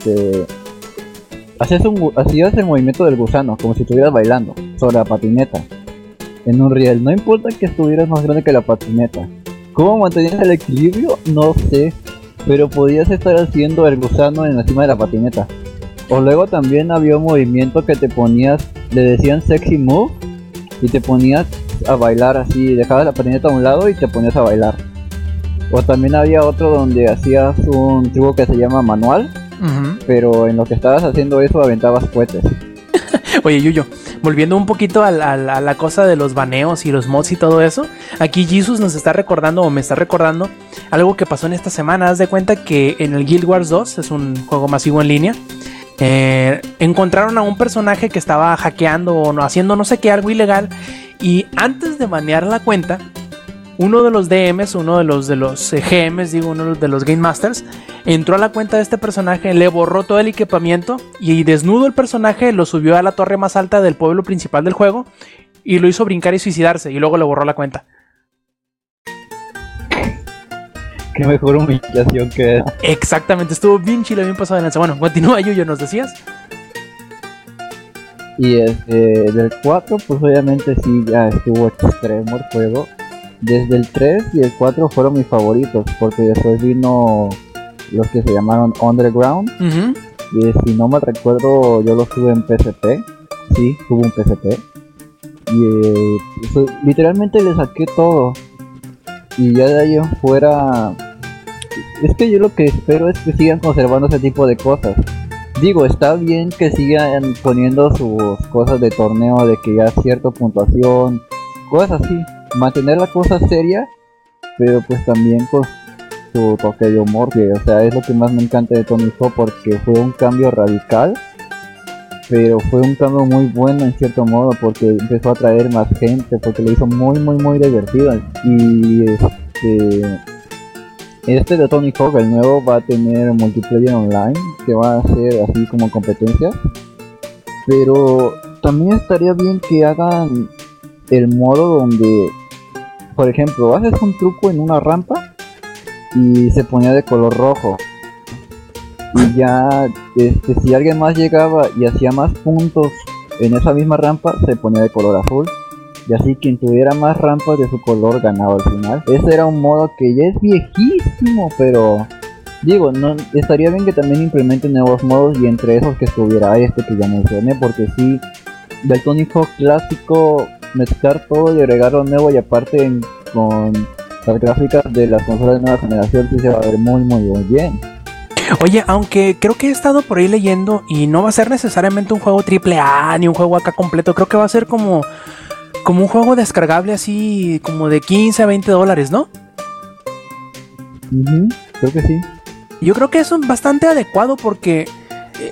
hacías el movimiento del gusano, como si estuvieras bailando, sobre la patineta, en un riel. No importa que estuvieras más grande que la patineta. ¿Cómo mantenías el equilibrio? No sé, pero podías estar haciendo el gusano en encima de la patineta. O luego también había un movimiento que te ponías, le decían sexy move, y te ponías a bailar así, dejabas la patineta a un lado y te ponías a bailar. O también había otro donde hacías un truco que se llama manual, pero en lo que estabas haciendo eso aventabas cohetes. Oye Yuyo, volviendo un poquito a la cosa de los baneos y los mods y todo eso, aquí Jesus nos está recordando, o me está recordando, algo que pasó en esta semana. Haz de cuenta que en el Guild Wars 2, es un juego masivo en línea, encontraron a un personaje que estaba hackeando o haciendo no sé qué, algo ilegal, y antes de banear la cuenta, uno de los DMs, uno de los GMs, uno de los Game Masters, entró a la cuenta de este personaje, le borró todo el equipamiento y desnudo el personaje lo subió a la torre más alta del pueblo principal del juego y lo hizo brincar y suicidarse, y luego le borró la cuenta. Qué mejor humillación que es. Exactamente, estuvo bien chile, bien pasado de lanza. Bueno, continúa Yuyo, ¿nos decías? Y del 4 pues obviamente sí ya estuvo extremo el juego. Desde el 3 y el 4 fueron mis favoritos, porque después vino los que se llamaron Underground. Y si no me recuerdo, yo los tuve en PSP. Sí, tuve un PSP. Y literalmente le saqué todo. Y ya de ahí en fuera, es que yo lo que espero es que sigan conservando ese tipo de cosas. Digo, está bien que sigan poniendo sus cosas de torneo, de que ya cierta puntuación, cosas así. Mantener la cosa seria, pero pues también con su toque de humor, que o sea es lo que más me encanta de Tony Hawk, porque fue un cambio radical, pero fue un cambio muy bueno en cierto modo, porque empezó a atraer más gente, porque lo hizo muy muy muy divertido. Y este de Tony Hawk, el nuevo, va a tener multiplayer online, que va a ser así como competencia, pero también estaría bien que hagan el modo donde, por ejemplo, haces un truco en una rampa y se ponía de color rojo, y ya si alguien más llegaba y hacía más puntos en esa misma rampa, se ponía de color azul, y así quien tuviera más rampas de su color ganaba al final. Ese era un modo que ya es viejísimo, pero digo, no estaría bien que también implementen nuevos modos, y entre esos que estuviera que ya mencioné, porque sí, del Tony Hawk clásico, mezclar todo y agregar lo nuevo, y aparte con las gráficas de las consolas de nueva generación, sí se va a ver muy muy bien. Oye, aunque creo que he estado por ahí leyendo y no va a ser necesariamente un juego AAA ni un juego acá completo, creo que va a ser como un juego descargable así como de 15 a 20 dólares, ¿no? Creo que sí. Yo creo que eso es bastante adecuado porque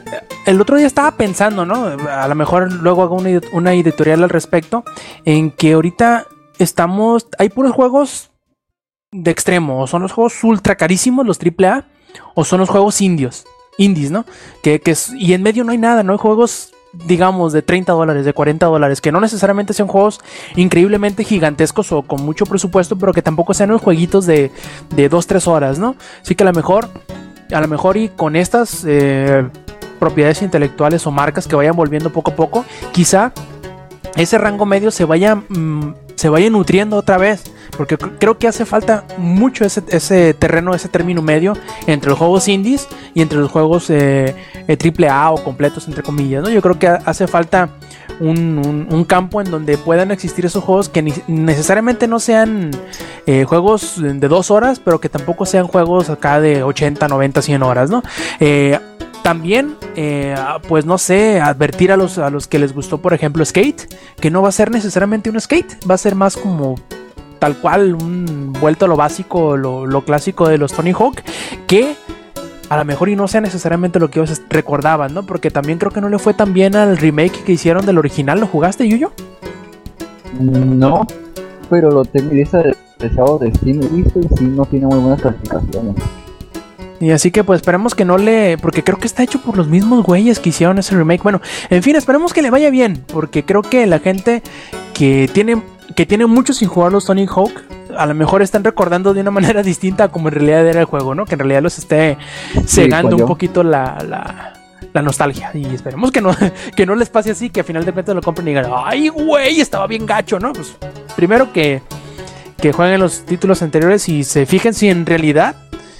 el otro día estaba pensando, ¿no? A lo mejor luego hago una editorial al respecto, en que ahorita hay puros juegos de extremo, o son los juegos ultra carísimos, los AAA, o son los juegos indies, ¿no? Y en medio no hay nada, no hay juegos, digamos, de $30, de $40, que no necesariamente sean juegos increíblemente gigantescos o con mucho presupuesto, pero que tampoco sean los jueguitos de 2-3 horas, ¿no? Así que a lo mejor y con estas propiedades intelectuales o marcas que vayan volviendo poco a poco, quizá ese rango medio se vaya nutriendo otra vez, porque creo que hace falta mucho ese terreno, ese término medio entre los juegos indies y entre los juegos triple A o completos, entre comillas, ¿no? Yo creo que hace falta un campo en donde puedan existir esos juegos que necesariamente no sean juegos de 2 horas, pero que tampoco sean juegos acá de 80, 90, 100 horas, ¿no? También, pues no sé, advertir a los que les gustó, por ejemplo, Skate, que no va a ser necesariamente un Skate, va a ser más como tal cual un vuelto a lo básico, lo clásico de los Tony Hawk, que a lo mejor y no sea necesariamente lo que ellos recordaban, ¿no? Porque también creo que no le fue tan bien al remake que hicieron del original. ¿Lo jugaste, Yuyo? No, pero lo tengo en lista de deseados de Steam, he visto, y sí no tiene muy buenas calificaciones. Y así que pues esperemos que no porque creo que está hecho por los mismos güeyes que hicieron ese remake. Bueno, en fin, esperemos que le vaya bien, porque creo que la gente que tiene mucho sin jugar los Tony Hawk, a lo mejor están recordando de una manera distinta a como en realidad era el juego, ¿no? Que en realidad los esté cegando un poquito la nostalgia. Y esperemos que no les pase así, que al final de cuentas lo compren y digan, ¡ay, güey! Estaba bien gacho, ¿no? Pues primero que jueguen los títulos anteriores y se fijen si en realidad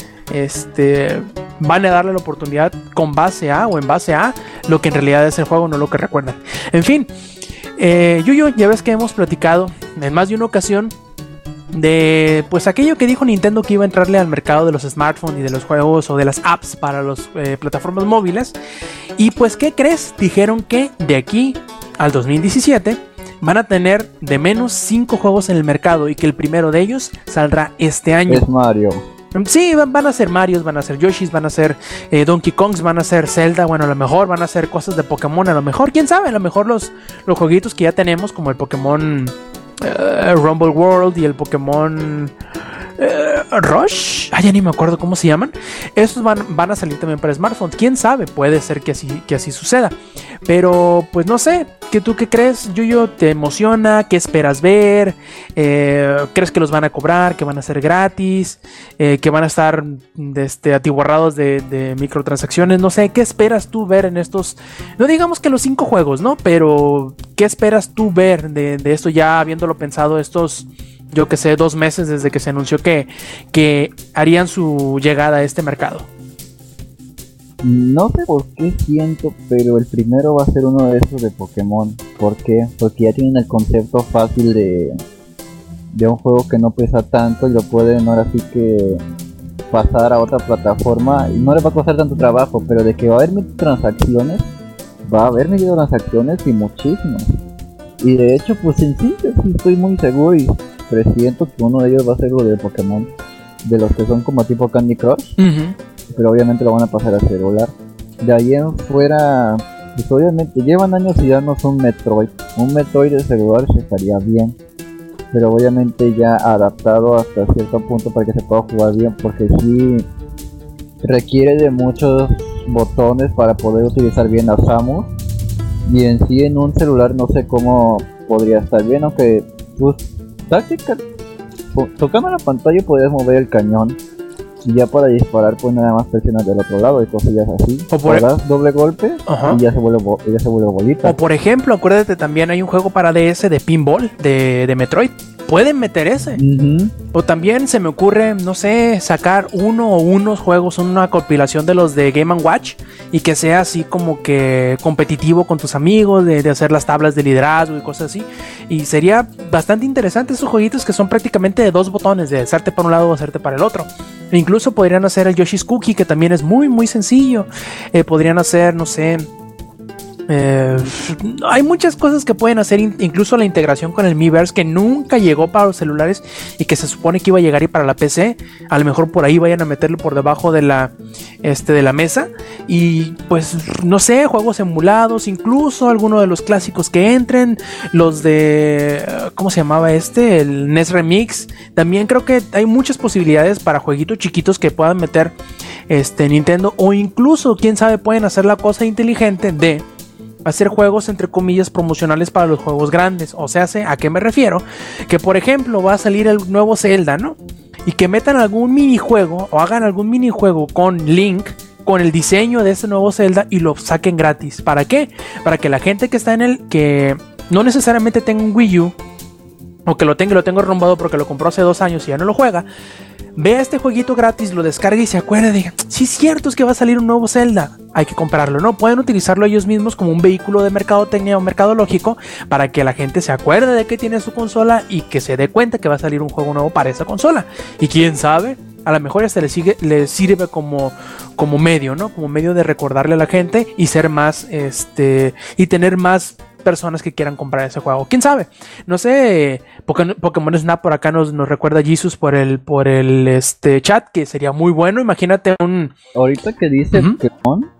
van a darle la oportunidad con base a o en base a lo que en realidad es el juego, no lo que recuerdan. En fin, Yuyo, ya ves que hemos platicado en más de una ocasión de pues aquello que dijo Nintendo, que iba a entrarle al mercado de los smartphones y de los juegos o de las apps para las plataformas móviles. Y pues, ¿qué crees? Dijeron que de aquí al 2017 van a tener de menos 5 juegos en el mercado y que el primero de ellos saldrá este año. Es Mario. Sí, van a ser Marios, van a ser Yoshis, van a ser Donkey Kongs, van a ser Zelda, bueno, a lo mejor van a ser cosas de Pokémon, a lo mejor, quién sabe, a lo mejor los jueguitos que ya tenemos, como el Pokémon Rumble World y el Pokémon Rush, ya ni me acuerdo cómo se llaman, esos van a salir también para smartphones, quién sabe, puede ser que así suceda, pero pues no sé, ¿tú qué crees, Yuyo? ¿Te emociona? ¿Qué esperas ver? ¿Crees que los van a cobrar? ¿Que van a ser gratis? ¿Que van a estar atiborrados de microtransacciones? No sé, ¿qué esperas tú ver en estos? No digamos que los 5 juegos, ¿no? Pero ¿qué esperas tú ver de esto ya habiéndolo pensado estos, yo que sé, 2 meses desde que se anunció que harían su llegada a este mercado? No sé por qué siento, pero el primero va a ser uno de esos de Pokémon. ¿Por qué? Porque ya tienen el concepto fácil de un juego que no pesa tanto y lo pueden ahora sí que pasar a otra plataforma y no les va a costar tanto trabajo, pero de que va a haber microtransacciones, va a haber microtransacciones y muchísimas. Y de hecho, pues sencillo, sí estoy muy seguro y presiento que uno de ellos va a ser lo de Pokémon, de los que son como tipo Candy Crush. Pero obviamente lo van a pasar a celular. De ahí en fuera, pues obviamente llevan años y ya no son Metroid. Un Metroid de celular se estaría bien, pero obviamente ya adaptado hasta cierto punto para que se pueda jugar bien, porque sí requiere de muchos botones para poder utilizar bien a Samus. Y en sí en un celular no sé cómo podría estar bien, aunque pues táctica, tocando la pantalla podrías mover el cañón. Y ya para disparar pues nada más presionas del otro lado y cosillas así. O das doble golpe. Ajá. Y ya se vuelve bolita. O por ejemplo, acuérdate, también hay un juego para DS de pinball de Metroid. Pueden meter ese. O también se me ocurre, no sé, sacar uno o unos juegos, una compilación de los de Game & Watch, y que sea así como que competitivo con tus amigos, de hacer las tablas de liderazgo y cosas así. Y sería bastante interesante esos jueguitos que son prácticamente de 2 botones, de hacerte para un lado o hacerte para el otro. E incluso podrían hacer el Yoshi's Cookie, que también es muy muy sencillo. Podrían hacer, no sé, Hay muchas cosas que pueden hacer, incluso la integración con el Miiverse, que nunca llegó para los celulares y que se supone que iba a llegar y para la PC. A lo mejor por ahí vayan a meterlo por debajo de la mesa. Y pues no sé, juegos emulados, incluso algunos de los clásicos que entren, los de ¿cómo se llamaba el NES Remix? También creo que hay muchas posibilidades para jueguitos chiquitos que puedan meter Nintendo, o incluso, quién sabe, pueden hacer la cosa inteligente de hacer juegos entre comillas promocionales para los juegos grandes. O sea, ¿a qué me refiero? Que por ejemplo va a salir el nuevo Zelda, ¿no? Y que metan algún minijuego o hagan algún minijuego con Link, con el diseño de ese nuevo Zelda, y lo saquen gratis. ¿Para qué? Para que la gente que está que no necesariamente tenga un Wii U, o que lo tenga arrumbado porque lo compró hace 2 años y ya no lo juega, vea este jueguito gratis, lo descargue y se acuerde, diga, sí es cierto, es que va a salir un nuevo Zelda, hay que comprarlo, ¿no? Pueden utilizarlo ellos mismos como un vehículo de mercadotecnia o mercadológico para que la gente se acuerde de que tiene su consola y que se dé cuenta que va a salir un juego nuevo para esa consola. Y quién sabe, a lo mejor hasta le sirve como medio, ¿no? Como medio de recordarle a la gente y ser más, y tener más personas que quieran comprar ese juego. ¿Quién sabe? No sé, Pokémon Snap por acá nos recuerda a Jesus por el chat, que sería muy bueno. Imagínate ahorita que dice Pokémon,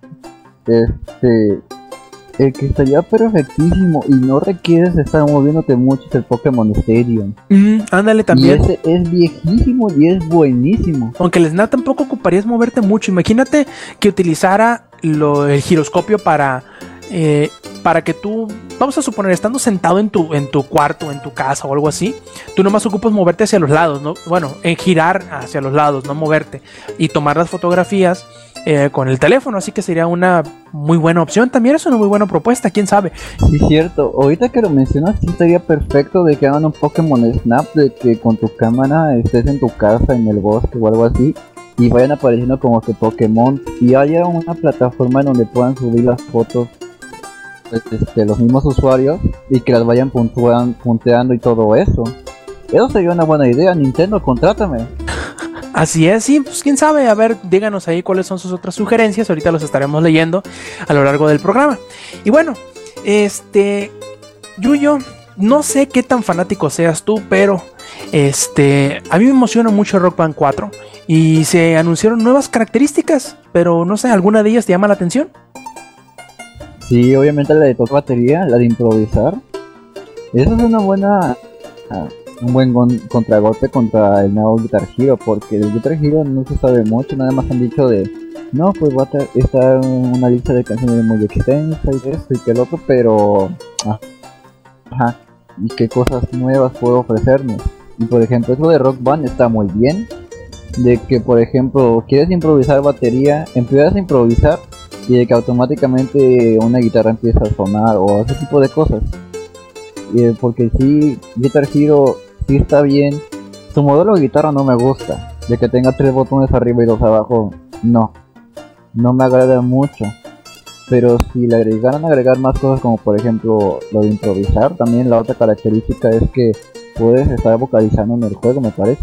el que estaría perfectísimo y no requieres estar moviéndote mucho es el Pokémon Stadium. Ándale también. Y ese es viejísimo y es buenísimo. Aunque el Snap tampoco ocuparías moverte mucho. Imagínate que utilizara el giroscopio para que tú, vamos a suponer, estando sentado en tu cuarto, en tu casa o algo así, tú nomás ocupas moverte hacia los lados, ¿no? Bueno, girar hacia los lados, no moverte, y tomar las fotografías con el teléfono. Así que sería una muy buena opción. También es una muy buena propuesta, quién sabe. Sí, cierto. Ahorita que lo mencionas, sí estaría perfecto de que hagan un Pokémon Snap, de que con tu cámara estés en tu casa, en el bosque o algo así, y vayan apareciendo como que Pokémon, y haya una plataforma en donde puedan subir las fotos los mismos usuarios y que las vayan punteando y todo eso. Eso sería una buena idea. Nintendo, contrátame. Así es, sí, pues quién sabe. A ver, díganos ahí cuáles son sus otras sugerencias. Ahorita los estaremos leyendo a lo largo del programa. Y bueno, Yuyo, no sé qué tan fanático seas tú, pero a mí me emociona mucho Rock Band 4 y se anunciaron nuevas características, pero no sé, ¿alguna de ellas te llama la atención? Sí, obviamente la de tocar batería, la de improvisar. Eso es una buena, un buen contragolpe contra el nuevo Guitar Hero, porque el Guitar Hero no se sabe mucho, nada más han dicho no, pues va a estar una lista de canciones muy extensa y esto y que el otro, pero y qué cosas nuevas puedo ofrecernos. Y por ejemplo, eso de Rock Band está muy bien, de que por ejemplo, quieres improvisar batería, empiezas a improvisar y de que automáticamente una guitarra empieza a sonar o ese tipo de cosas. Porque sí, Guitar Hero sí está bien. Su modelo de guitarra no me gusta, de que tenga 3 botones arriba y 2 abajo, no me agrada mucho. Pero si le llegaran a agregar más cosas, como por ejemplo lo de improvisar, también la otra característica es que puedes estar vocalizando en el juego, me parece.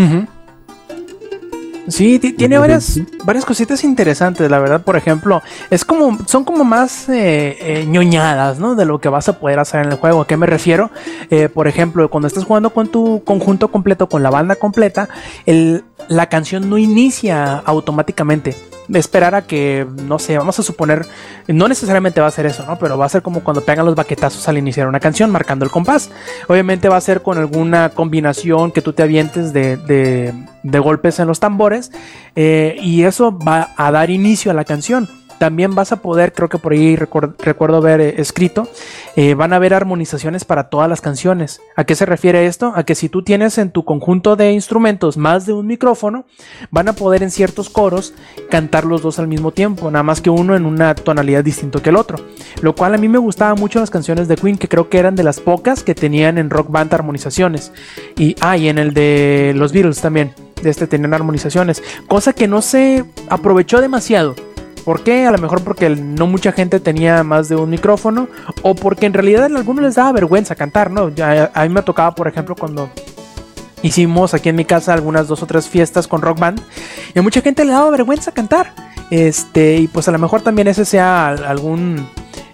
Sí, tiene varias cositas interesantes, la verdad. Por ejemplo, son como más ñoñadas, ¿no? De lo que vas a poder hacer en el juego. ¿A qué me refiero? Por ejemplo, cuando estás jugando con tu conjunto completo, con la banda completa, la canción no inicia automáticamente. Esperar a que, no sé, vamos a suponer, no necesariamente va a ser eso, ¿no? Pero va a ser como cuando pegan los baquetazos al iniciar una canción, marcando el compás. Obviamente va a ser con alguna combinación que tú te avientes de golpes en los tambores, y eso va a dar inicio a la canción. También vas a poder, creo que por ahí recuerdo haber escrito, van a haber armonizaciones para todas las canciones. ¿A qué se refiere esto? A que si tú tienes en tu conjunto de instrumentos más de un micrófono, van a poder en ciertos coros cantar los dos al mismo tiempo, nada más que uno en una tonalidad distinta que el otro. Lo cual a mí me gustaba mucho las canciones de Queen, que creo que eran de las pocas que tenían en Rock Band armonizaciones. Y en el de los Beatles también, tenían armonizaciones, cosa que no se aprovechó demasiado. ¿Por qué? A lo mejor porque no mucha gente tenía más de un micrófono, o porque en realidad a algunos les daba vergüenza cantar, ¿no? A mí me tocaba, por ejemplo, cuando hicimos aquí en mi casa algunas 2 o 3 fiestas con Rock Band, y a mucha gente le daba vergüenza cantar. Y pues a lo mejor también ese sea algún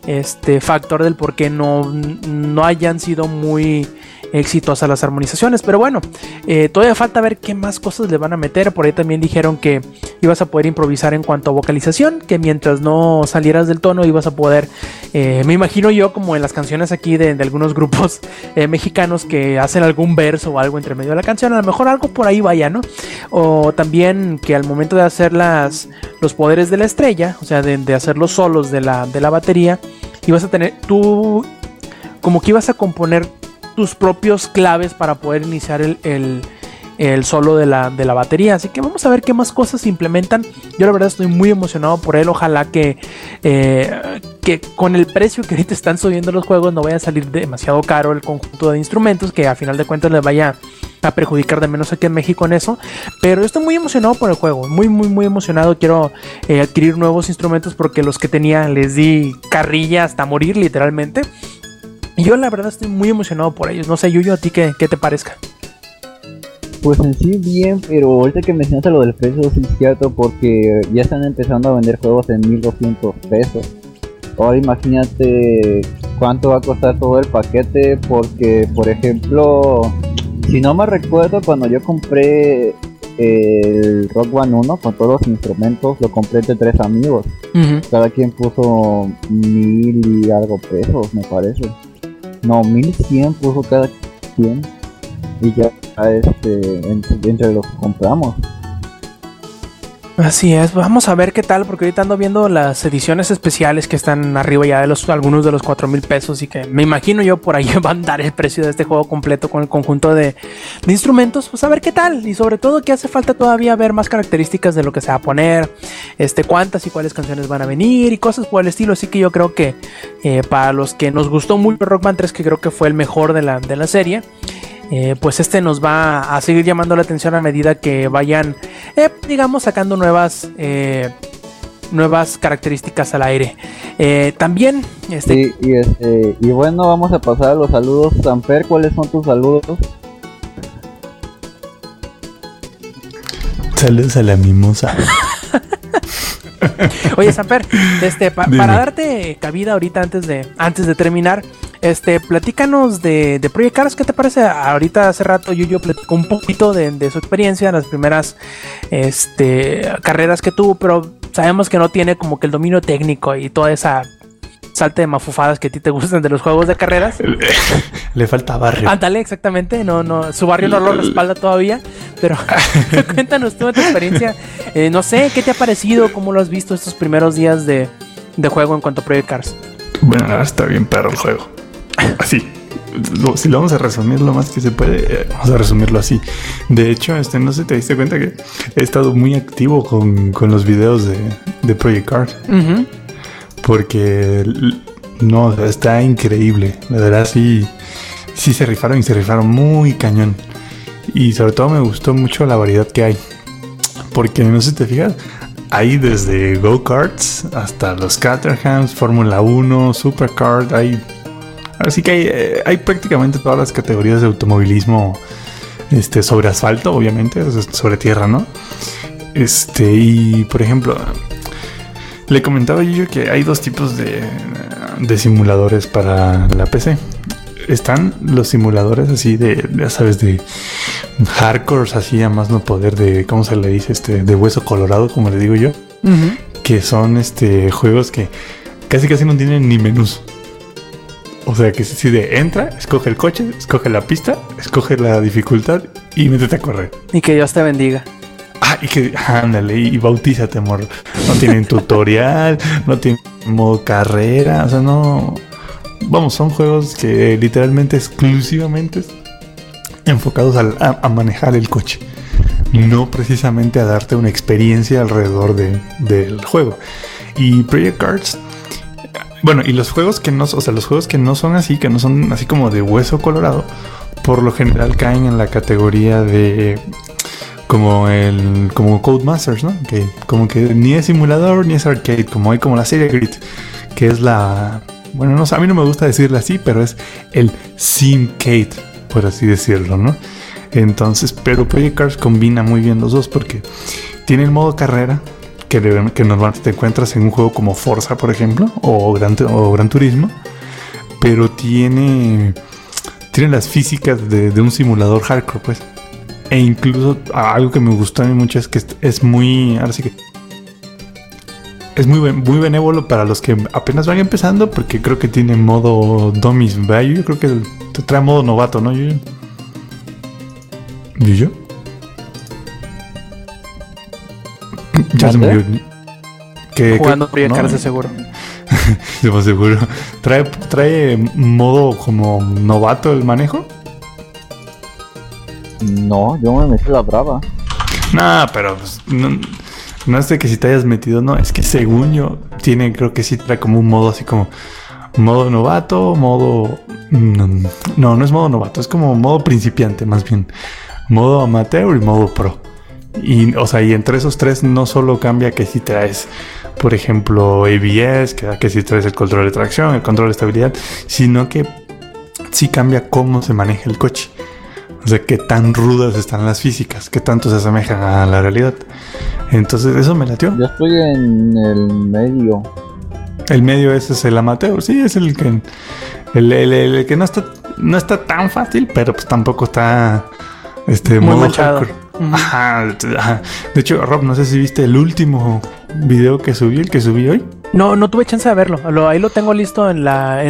factor del por qué no hayan sido muy exitosas las armonizaciones. Pero bueno, todavía falta ver qué más cosas le van a meter. Por ahí también dijeron que ibas a poder improvisar en cuanto a vocalización, que mientras no salieras del tono ibas a poder, me imagino yo, como en las canciones aquí de algunos grupos mexicanos que hacen algún verso o algo entre medio de la canción, a lo mejor algo por ahí vaya, ¿no? O también que al momento de hacer los poderes de la estrella, o sea, de hacer los solos de la batería, ibas a tener tú como que ibas a componer tus propios claves para poder iniciar el solo de la batería. Así que vamos a ver qué más cosas se implementan. Yo la verdad estoy muy emocionado por él. Ojalá que con el precio que ahorita están subiendo los juegos no vaya a salir demasiado caro el conjunto de instrumentos, que a final de cuentas les vaya a perjudicar de menos aquí en México en eso. Pero yo estoy muy emocionado por el juego, muy muy muy emocionado. Quiero adquirir nuevos instrumentos porque los que tenía les di carrilla hasta morir, literalmente. Y yo la verdad estoy muy emocionado por ellos. No sé, Yuyo, ¿a ti qué te parezca? Pues en sí bien, pero ahorita que mencionaste lo del precio sí es cierto, porque ya están empezando a vender juegos en 1,200 pesos. Ahora imagínate cuánto va a costar todo el paquete, porque por ejemplo, si no me recuerdo, cuando yo compré el Rock Band 1 con todos los instrumentos, lo compré entre 3 amigos. Cada quien puso 1,000 y algo pesos, me parece. No, 1,100 puso cada quien. Y ya entre los que compramos. Así es, vamos a ver qué tal, porque ahorita ando viendo las ediciones especiales que están arriba ya de algunos de los 4,000 pesos, y que me imagino yo por ahí va a andar el precio de este juego completo con el conjunto de instrumentos. Pues a ver qué tal, y sobre todo que hace falta todavía ver más características de lo que se va a poner, cuántas y cuáles canciones van a venir y cosas por el estilo. Así que yo creo que para los que nos gustó mucho Rock Band 3, que creo que fue el mejor de la serie, pues nos va a seguir llamando la atención a medida que vayan, digamos, sacando nuevas características al aire. También sí, y bueno, vamos a pasar a los saludos. Samper, ¿cuáles son tus saludos? Saludos a la mimosa. Oye, Samper, para darte cabida ahorita antes de terminar, platícanos de Project Cars. ¿Qué te parece? Ahorita hace rato Yuyo platicó un poquito de su experiencia, las primeras carreras que tuvo, pero sabemos que no tiene como que el dominio técnico y toda esa salte de mafufadas que a ti te gustan de los juegos de carreras. Le falta barrio. Ándale, exactamente. No, su barrio no lo respalda todavía. Pero cuéntanos tú de tu experiencia. No sé, ¿qué te ha parecido? ¿Cómo lo has visto estos primeros días de juego en cuanto a Project Cars? Bueno, está bien perro el juego. Así. Si lo vamos a resumir lo más que se puede, vamos a resumirlo así. De hecho, no sé si te diste cuenta que he estado muy activo con los videos de Project Cars. Uh-huh. Porque no, está increíble. La verdad sí se rifaron y se rifaron muy cañón. Y sobre todo me gustó mucho la variedad que hay. Porque no sé si te fijas, hay desde go-karts hasta los Caterhams, Fórmula 1, Superkart, así que hay prácticamente todas las categorías de automovilismo sobre asfalto, obviamente, sobre tierra, ¿no? Y por ejemplo, le comentaba yo que hay 2 tipos de simuladores para la PC. Están los simuladores así ya sabes, de hardcore, así a más no poder, de, ¿cómo se le dice? De hueso colorado, como le digo yo. Uh-huh. Que son juegos que casi no tienen ni menús. O sea, que si entra, escoge el coche, escoge la pista, escoge la dificultad y métete a correr. Y que Dios te bendiga. Y que, ándale, y bautízate, amor. No tienen tutorial, no tienen modo carrera, o sea, no. Vamos, son juegos que literalmente, exclusivamente enfocados a manejar el coche. No precisamente a darte una experiencia alrededor del juego. Y Project Cars, bueno, y los juegos que no son así, que no son así como de hueso colorado, por lo general caen en la categoría de como Codemasters, ¿no? Que como que ni es simulador ni es arcade, como la serie Grid, que es bueno, no sé, a mí no me gusta decirle así, pero es el Simcade, por así decirlo, ¿no? Entonces, pero Project Cars combina muy bien los dos porque tiene el modo carrera, que normalmente te encuentras en un juego como Forza, por ejemplo, o Gran Turismo, pero tiene las físicas de un simulador hardcore, pues. E incluso algo que me gustó a mí mucho es que es muy, ahora sí que es muy benévolo para los que apenas van empezando, porque creo que tiene modo dummies, ¿verdad? Yo creo que te trae modo novato, ¿no? ¿Yo? Ya se me olvidó. Jugando Project Cars de seguro. De seguro. ¿Trae modo como novato el manejo? No, yo me metí la brava. Nah, pero pues, no sé que si te hayas metido, no. Es que según yo, creo que sí trae como un modo así como modo novato, modo... No es modo novato, es como modo principiante más bien. Modo amateur y modo pro. Y, o sea, y entre esos tres no solo cambia que si traes, por ejemplo, ABS, que si traes el control de tracción, el control de estabilidad, sino que sí cambia cómo se maneja el coche. O sea, qué tan rudas están las físicas, qué tanto se asemejan a la realidad. Entonces, eso me latió. Yo estoy en el medio. El medio ese es el amateur, sí, es el que el que no está tan fácil, pero pues tampoco está muy modo manchado. hardcore. Ajá. De hecho, Rob, no sé si viste el último video que subí, el que subí hoy. No tuve chance de verlo. Ahí lo tengo listo en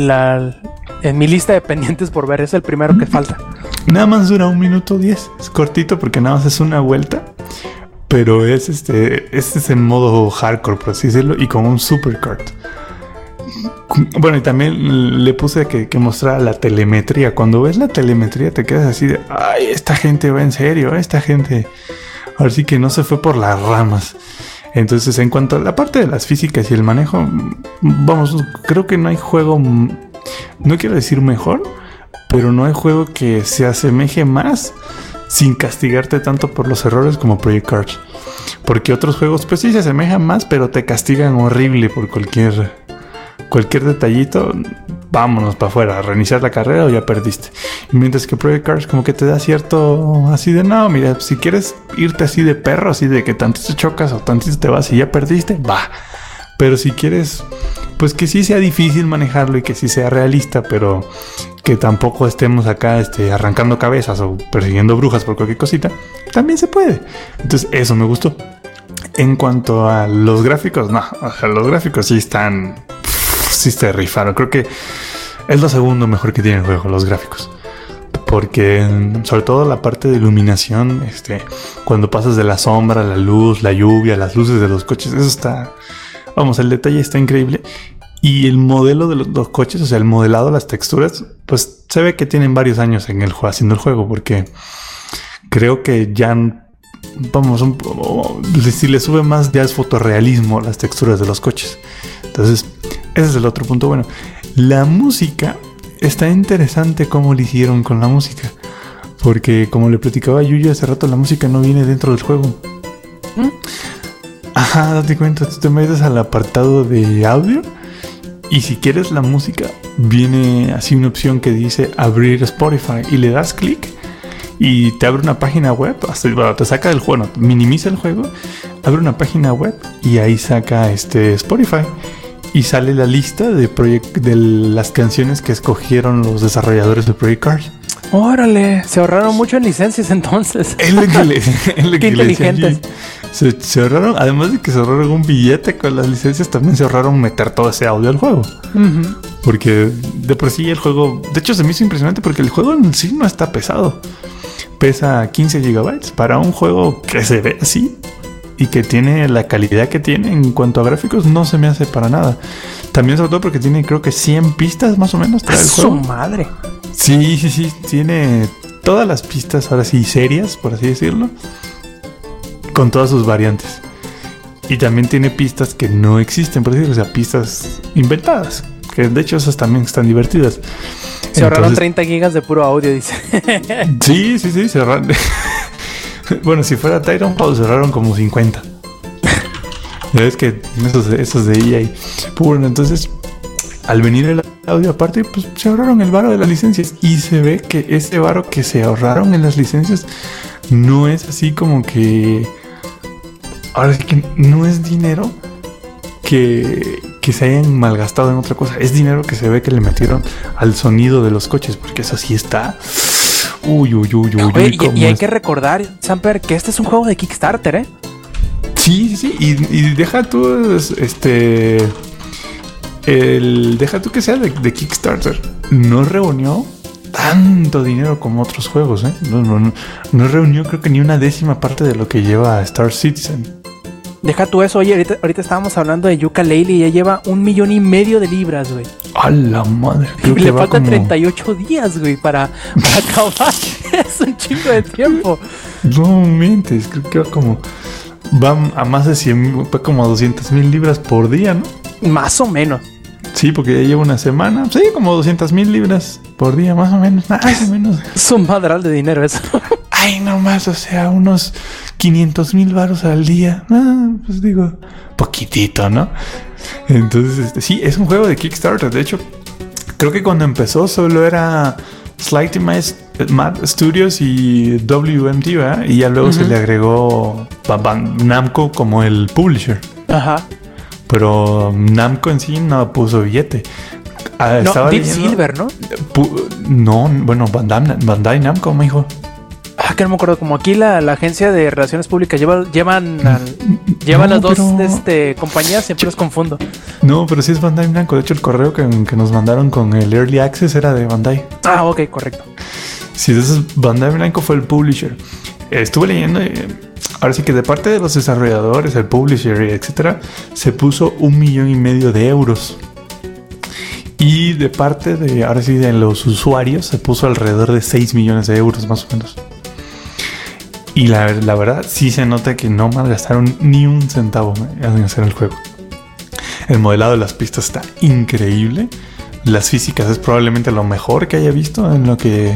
mi lista de pendientes por ver. Es el primero que falta. Nada más dura 1 minuto 10. Es cortito porque nada más es una vuelta. Pero es es en modo hardcore, por así decirlo, y con un superkart. Bueno, y también le puse que mostrara la telemetría. Cuando ves la telemetría te quedas así de... ¡Ay, esta gente va en serio! Esta gente... Ahora sí que no se fue por las ramas. Entonces, en cuanto a la parte de las físicas y el manejo... Vamos, creo que no hay juego... No quiero decir mejor, pero no hay juego que se asemeje más sin castigarte tanto por los errores como Project Cars. Porque otros juegos, pues sí se asemejan más, pero te castigan horrible por cualquier detallito. Vámonos para afuera, a reiniciar la carrera o ya perdiste. Mientras que Project Cars como que te da cierto así de no, mira, si quieres irte así de perro, así de que tantito te chocas o tantito te vas y ya perdiste, va. Pero si quieres, pues que sí sea difícil manejarlo y que sí sea realista, pero que tampoco estemos acá arrancando cabezas o persiguiendo brujas por cualquier cosita, también se puede. Entonces eso me gustó. En cuanto a los gráficos, no, o sea, los gráficos sí se rifaron. Creo que es lo segundo mejor que tiene el juego, los gráficos. Porque sobre todo la parte de iluminación, cuando pasas de la sombra, la luz, la lluvia, las luces de los coches, eso está... Vamos, el detalle está increíble. Y el modelo de los coches, o sea, el modelado, las texturas, pues se ve que tienen varios años haciendo el juego, porque creo que ya, vamos, si le sube más, ya es fotorrealismo las texturas de los coches. Entonces, ese es el otro punto bueno. La música, está interesante cómo le hicieron con la música, porque como le platicaba a Yuya hace rato, la música no viene dentro del juego. Ajá, date cuenta, tú te metes al apartado de audio y si quieres la música, viene así una opción que dice abrir Spotify y le das clic y te abre una página web, te saca del juego, minimiza el juego, abre una página web y ahí saca Spotify y sale la lista de las canciones que escogieron los desarrolladores de Project Cars. Órale, se ahorraron mucho en licencias entonces. Es lo que Qué inteligentes. Se ahorraron, además de que se ahorraron un billete con las licencias, también se ahorraron meter todo ese audio al juego. Uh-huh. Porque de por sí el juego, de hecho se me hizo impresionante porque el juego en sí no está pesado. Pesa 15 gigabytes para un juego que se ve así y que tiene la calidad que tiene en cuanto a gráficos, no se me hace para nada. También sobre todo porque tiene creo que 100 pistas más o menos trae el juego. ¡Su madre! Sí, tiene todas las pistas ahora sí serias, por así decirlo, con todas sus variantes. Y también tiene pistas que no existen, por decirlo, o sea, pistas inventadas, que de hecho esas también están divertidas. Se ahorraron 30 gigas de puro audio, dice. Sí, se ahorraron. Bueno, si fuera Titanfall se ahorraron como 50. Ya ves que esos de EA. Bueno, entonces, al venir el audio aparte, pues se ahorraron el varo de las licencias. Y se ve que ese varo que se ahorraron en las licencias no es así como que ahora sí que no es dinero que se hayan malgastado en otra cosa. Es dinero que se ve que le metieron al sonido de los coches, porque eso sí está... Uy. Oye, y hay que recordar, Samper, que este es un juego de Kickstarter, ¿eh? Sí. Y deja tú, deja tú que sea de Kickstarter. No reunió tanto dinero como otros juegos, ¿eh? No reunió creo que ni una décima parte de lo que lleva Star Citizen. Deja tú eso, oye, ahorita estábamos hablando de Yooka-Laylee y ya lleva 1,5 millones de libras, güey. ¡A la madre! Y le faltan 38 días, güey, para acabar. Es un chingo de tiempo. No mentes, creo que va a más de 100, va como a 200,000 libras por día, ¿no? Más o menos. Sí, porque ya lleva una semana. Sí, como 200,000 libras por día, más o menos. Más o menos. Es un madral de dinero eso. Ay, no más, o sea, unos 500,000 varos al día. Pues digo, poquitito, ¿no? Entonces, sí, es un juego de Kickstarter. De hecho, creo que cuando empezó solo era Slightly Mad Studios y WMD, ¿verdad? Y ya luego se le agregó Namco como el publisher. Ajá. Pero Namco en sí no puso billete. No, Deep Silver, ¿no? No, bueno, Bandai Namco, me dijo. Que no me acuerdo, como aquí la agencia de relaciones públicas llevan las dos compañías, siempre los confundo. No, pero sí es Bandai Namco. De hecho, el correo que nos mandaron con el Early Access era de Bandai. Ah, ok, correcto. Sí, entonces Bandai Namco fue el publisher. Estuve leyendo, ahora sí que de parte de los desarrolladores, el publisher, etcétera, se puso 1,5 millones de euros. Y de parte de, ahora sí, de los usuarios, se puso alrededor de 6 millones de euros, más o menos. Y la verdad, sí se nota que no malgastaron ni un centavo en hacer el juego. El modelado de las pistas está increíble. Las físicas es probablemente lo mejor que haya visto en lo que...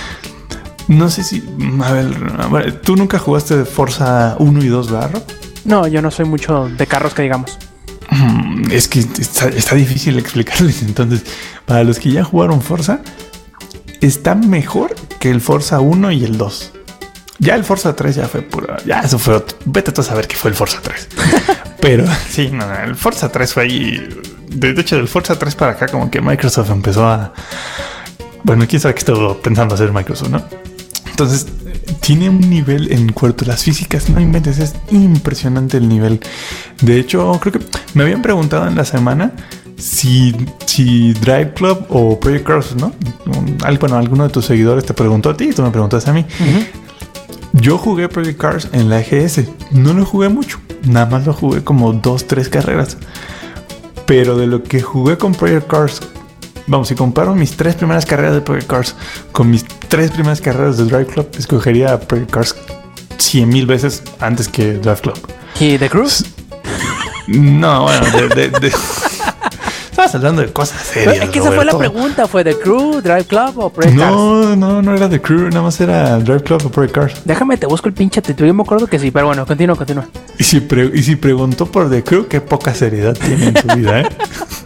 No sé si... A ver, ¿tú nunca jugaste de Forza 1 y 2, ¿verdad? No, yo no soy mucho de carros que digamos. Es que está difícil explicarles. Entonces, para los que ya jugaron Forza, está mejor que el Forza 1 y el 2. Ya el Forza 3 ya fue pura... Ya eso fue... Vete tú a saber qué fue el Forza 3. Pero sí, no, el Forza 3 fue ahí... De hecho, del Forza 3 para acá como que Microsoft empezó a... Bueno, quién sabe qué estuvo pensando hacer Microsoft, ¿no? Entonces, tiene un nivel en cuanto a las físicas, no inventes, es impresionante el nivel. De hecho, creo que me habían preguntado en la semana si Drive Club o Project Cars, ¿no? Bueno, alguno de tus seguidores te preguntó a ti y tú me preguntaste a mí. Yo jugué Project Cars en la EGS. No lo jugué mucho. Nada más lo jugué como 2-3 carreras. Pero de lo que jugué con Project Cars, vamos, si comparo mis 3 primeras carreras de Project Cars con mis 3 primeras carreras de Drive Club, escogería Project Cars 100,000 veces antes que Drive Club. ¿Y The Crew? No, bueno, estabas hablando de cosas serias. Es que esa fue la pregunta, ¿fue The Crew, Drive Club o Project Cars? No era The Crew, nada más era Drive Club o Project Cars. Déjame, te busco el pinche título, yo me acuerdo que sí, pero bueno, continúa. Y si preguntó por The Crew, qué poca seriedad tiene en su vida, ¿eh?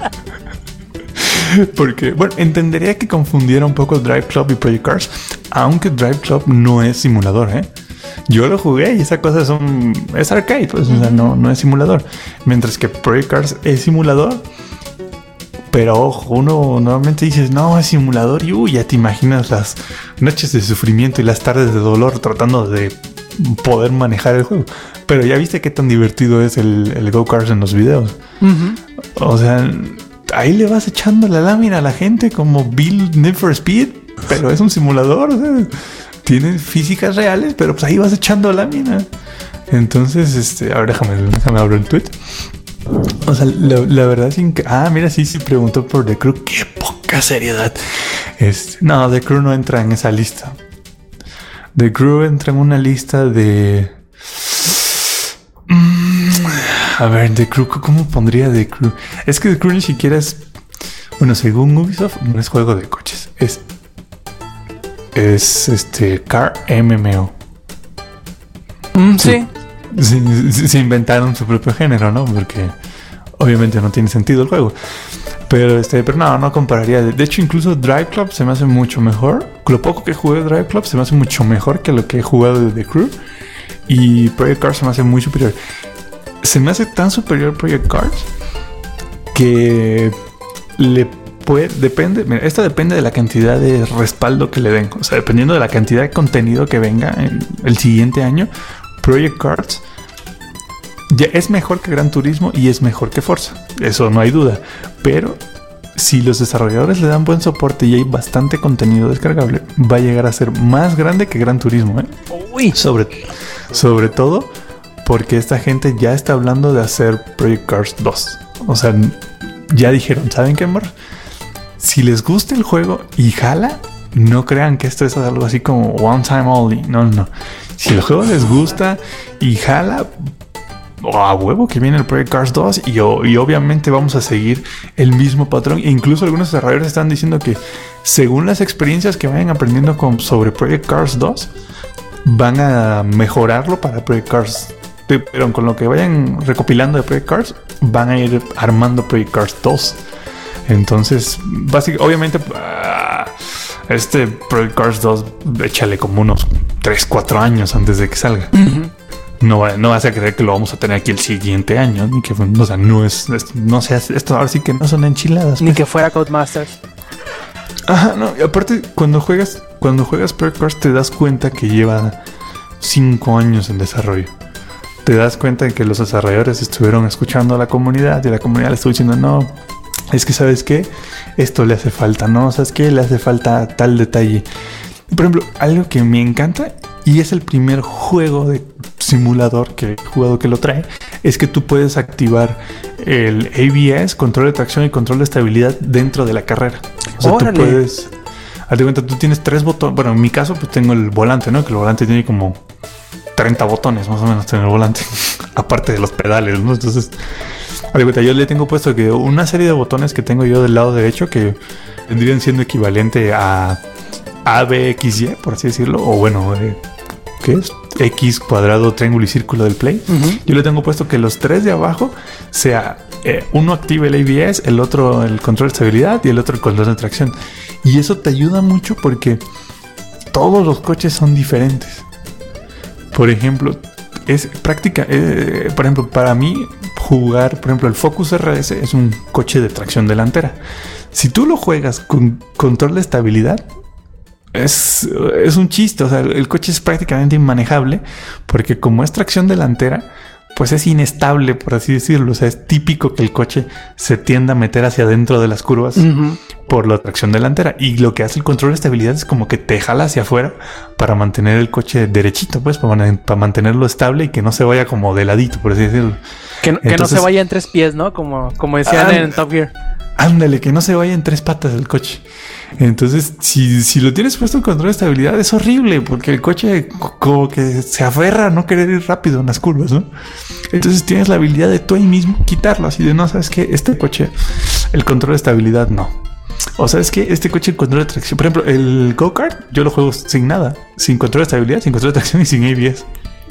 Porque, bueno, entendería que confundiera un poco Drive Club y Project Cars, aunque Drive Club no es simulador, ¿eh? Yo lo jugué y esa cosa es arcade, pues, o sea, no es simulador. Mientras que Project Cars es simulador. Pero ojo, uno normalmente dices, no, es simulador y ya te imaginas las noches de sufrimiento y las tardes de dolor tratando de poder manejar el juego. Pero ya viste qué tan divertido es el go-kart en los videos. O sea, ahí le vas echando la lámina a la gente como Bill Need for Speed, pero es un simulador, o sea, tiene físicas reales, pero pues ahí vas echando lámina. Entonces, a ver, déjame abrir el tweet. O sea, la verdad es que... mira, sí preguntó por The Crew. ¡Qué poca seriedad! No, The Crew no entra en esa lista. The Crew entra en una lista de... A ver, The Crew, ¿cómo pondría The Crew? Es que The Crew ni siquiera es... Bueno, según Ubisoft, no es juego de coches. Es Car MMO. Sí. Se inventaron su propio género, ¿no? Porque obviamente no tiene sentido el juego. Pero no compararía. De hecho, incluso Drive Club se me hace mucho mejor. Lo poco que jugué de Drive Club se me hace mucho mejor que lo que he jugado de The Crew. Y Project Cars se me hace muy superior. se me hace tan superior Project Cars que depende. Mira, esto depende de la cantidad de respaldo que le den. O sea, dependiendo de la cantidad de contenido que venga en el siguiente año, Project Cars ya es mejor que Gran Turismo y es mejor que Forza. Eso no hay duda. Pero si los desarrolladores le dan buen soporte y hay bastante contenido descargable, va a llegar a ser más grande que Gran Turismo, ¿eh? Uy. Sobre todo porque esta gente ya está hablando de hacer Project Cars 2. O sea, ya dijeron, ¿saben qué, amor? Si les gusta el juego y jala, no crean que esto es algo así como one time only. No. Si el juego les gusta y jala, a huevo que viene el Project Cars 2 y obviamente vamos a seguir el mismo patrón. E incluso algunos desarrolladores están diciendo que según las experiencias que vayan aprendiendo sobre Project Cars 2, van a mejorarlo para Project Cars. Pero con lo que vayan recopilando de Project Cars, van a ir armando Project Cars 2. Entonces, básicamente, obviamente, este Project Cars 2, échale como unos 3-4 años antes de que salga. Uh-huh. No vas a creer que lo vamos a tener aquí el siguiente año. Ni que, o sea, no sea esto. Ahora sí que no son enchiladas. Ni pues. Que fuera Codemasters. Ajá, no. Y aparte, cuando juegas Project Cars, te das cuenta que lleva 5 años en desarrollo. Te das cuenta de que los desarrolladores estuvieron escuchando a la comunidad y la comunidad le estuvo diciendo, no, es que ¿sabes qué? Esto le hace falta, ¿no? ¿Sabes qué? Le hace falta tal detalle. Por ejemplo, algo que me encanta y es el primer juego de simulador que he jugado que lo trae, es que tú puedes activar el ABS, control de tracción y control de estabilidad dentro de la carrera. O sea, ¡órale! Tú puedes... Hazte cuenta, tú tienes 3 botones. Bueno, en mi caso, pues tengo el volante, ¿no? Que el volante tiene como 30 botones más o menos en el volante. Aparte de los pedales, ¿no? Entonces, hazte cuenta, yo le tengo puesto que una serie de botones que tengo yo del lado derecho que vendrían siendo equivalente a ABXY, por así decirlo. O bueno, ¿qué es? X, cuadrado, triángulo y círculo del Play. Uh-huh. Yo le tengo puesto que los 3 de abajo sea uno active el ABS, el otro el control de estabilidad y el otro el control de tracción. Y eso te ayuda mucho porque todos los coches son diferentes. Por ejemplo, es práctica. Por ejemplo, para mí jugar, por ejemplo, el Focus RS es un coche de tracción delantera. Si tú lo juegas con control de estabilidad, es un chiste. O sea, el coche es prácticamente inmanejable porque como es tracción delantera, pues es inestable, por así decirlo. O sea, es típico que el coche se tienda a meter hacia adentro de las curvas uh-huh. por la tracción delantera. Y lo que hace el control de estabilidad es como que te jala hacia afuera para mantener el coche derechito, pues, para mantenerlo estable y que no se vaya como de ladito, por así decirlo. Que no se vaya en 3 pies, ¿no? Como decían en Top Gear. Ándale, que no se vaya en 3 patas el coche. Entonces, si lo tienes puesto en control de estabilidad, es horrible porque el coche como que se aferra a no querer ir rápido en las curvas, ¿no? Entonces tienes la habilidad de tú ahí mismo quitarlo, así de no, ¿sabes qué? Este coche, el control de estabilidad no. O sabes que este coche, el control de tracción, por ejemplo, el go-kart, yo lo juego sin nada, sin control de estabilidad, sin control de tracción y sin ABS.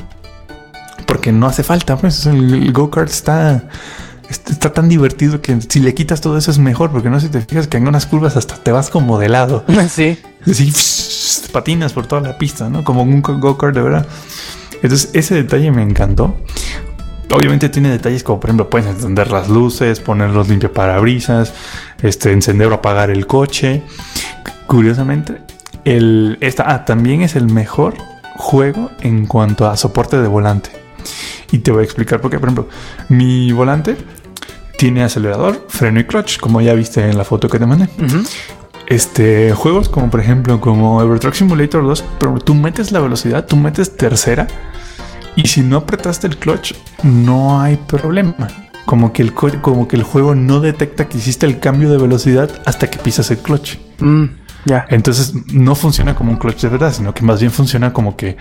Porque no hace falta, pues el go-kart está tan divertido que si le quitas todo eso es mejor, porque no sé si te fijas que en unas curvas hasta te vas como de lado. Sí. Así, patinas por toda la pista, ¿no? Como un go-kart de verdad. Entonces ese detalle me encantó. Obviamente tiene detalles como por ejemplo puedes encender las luces, poner los limpiaparabrisas, encender o apagar el coche. Curiosamente, también es el mejor juego en cuanto a soporte de volante. Y te voy a explicar por qué. Por ejemplo, mi volante tiene acelerador, freno y clutch, como ya viste en la foto que te mandé. Uh-huh. Juegos como por ejemplo como Euro Truck Simulator 2, pero tú metes la velocidad, tú metes tercera y si no apretaste el clutch no hay problema. Como que el juego no detecta que hiciste el cambio de velocidad hasta que pisas el clutch. Ya. Entonces no funciona como un clutch de verdad, sino que más bien funciona como que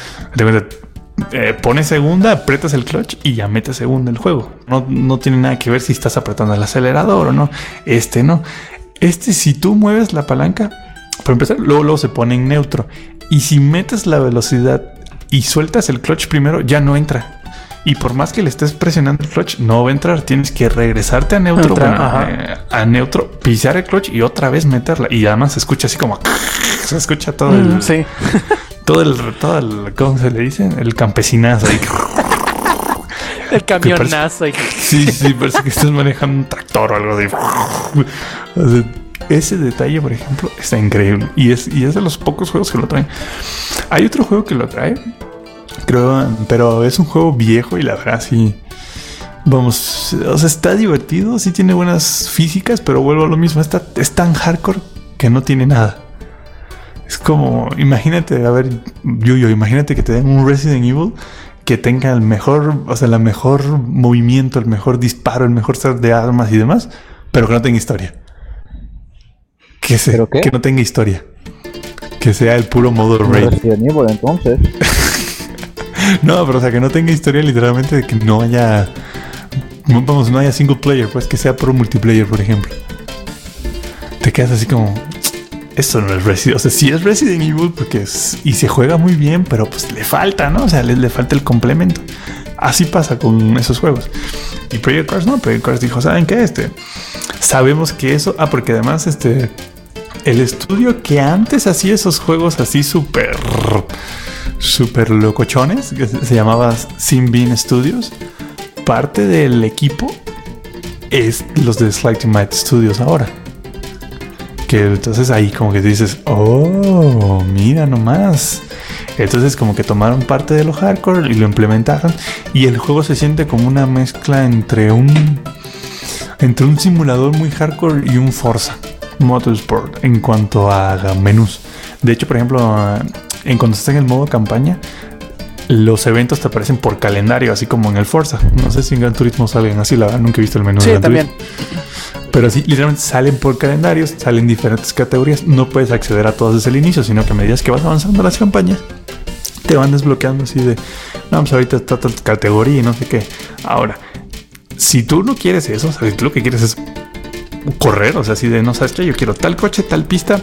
pones segunda, aprietas el clutch y ya metes segunda el juego. No tiene nada que ver si estás apretando el acelerador o no. No. Si tú mueves la palanca, para empezar, luego se pone en neutro. Y si metes la velocidad y sueltas el clutch primero, ya no entra. Y por más que le estés presionando el clutch, no va a entrar. Tienes que regresarte a neutro, a neutro, pisar el clutch y otra vez meterla. Y además se escucha así como... Se escucha todo el... Sí. Todo el... ¿Cómo se le dice? El campesinazo ahí. El camionazo. Sí, parece que estás manejando un tractor o algo así. O sea, ese detalle, por ejemplo, está increíble. Y es de los pocos juegos que lo traen. Hay otro juego que lo trae, creo, pero es un juego viejo y la verdad sí... Vamos, o sea, está divertido, sí tiene buenas físicas, pero vuelvo a lo mismo. Es tan hardcore que no tiene nada. Es como, imagínate, a ver, Yuyo, imagínate que te den un Resident Evil que tenga el mejor, o sea, el mejor movimiento, el mejor disparo, el mejor set de armas y demás, pero que no tenga historia. Que no tenga historia. Que sea el puro modo raid. Resident Evil, entonces. No, pero o sea, que no tenga historia literalmente, de que no haya... Vamos, no haya single player, pues que sea puro multiplayer, por ejemplo. Te quedas así como... Eso no es Resident Evil. O sea, sí es Resident Evil porque y se juega muy bien, pero pues le falta, ¿no? O sea, le falta el complemento. Así pasa con esos juegos. Y Project Cars no. Project Cars dijo, ¿saben qué? Sabemos que eso... porque además el estudio que antes hacía esos juegos así súper locochones, que se llamaba Simbean Studios, parte del equipo es los de Slightly Might Studios ahora. Que entonces ahí como que dices, oh, mira nomás. Entonces como que tomaron parte de lo hardcore y lo implementaron. Y el juego se siente como una mezcla entre un simulador muy hardcore y un Forza Motorsport en cuanto a menús. De hecho, por ejemplo, cuando estás en el modo campaña, los eventos te aparecen por calendario, así como en el Forza. No sé si en Gran Turismo salen así, la verdad, nunca he visto el menú de Gran también. Turismo. Pero sí, literalmente salen por calendarios, salen diferentes categorías. No puedes acceder a todas desde el inicio, sino que a medida que vas avanzando las campañas, te van desbloqueando así de... No, pues ahorita está tal categoría y no sé qué. Ahora, si tú no quieres eso, o sea, si tú lo que quieres es correr, o sea, así de, no sabes qué, yo quiero tal coche, tal pista,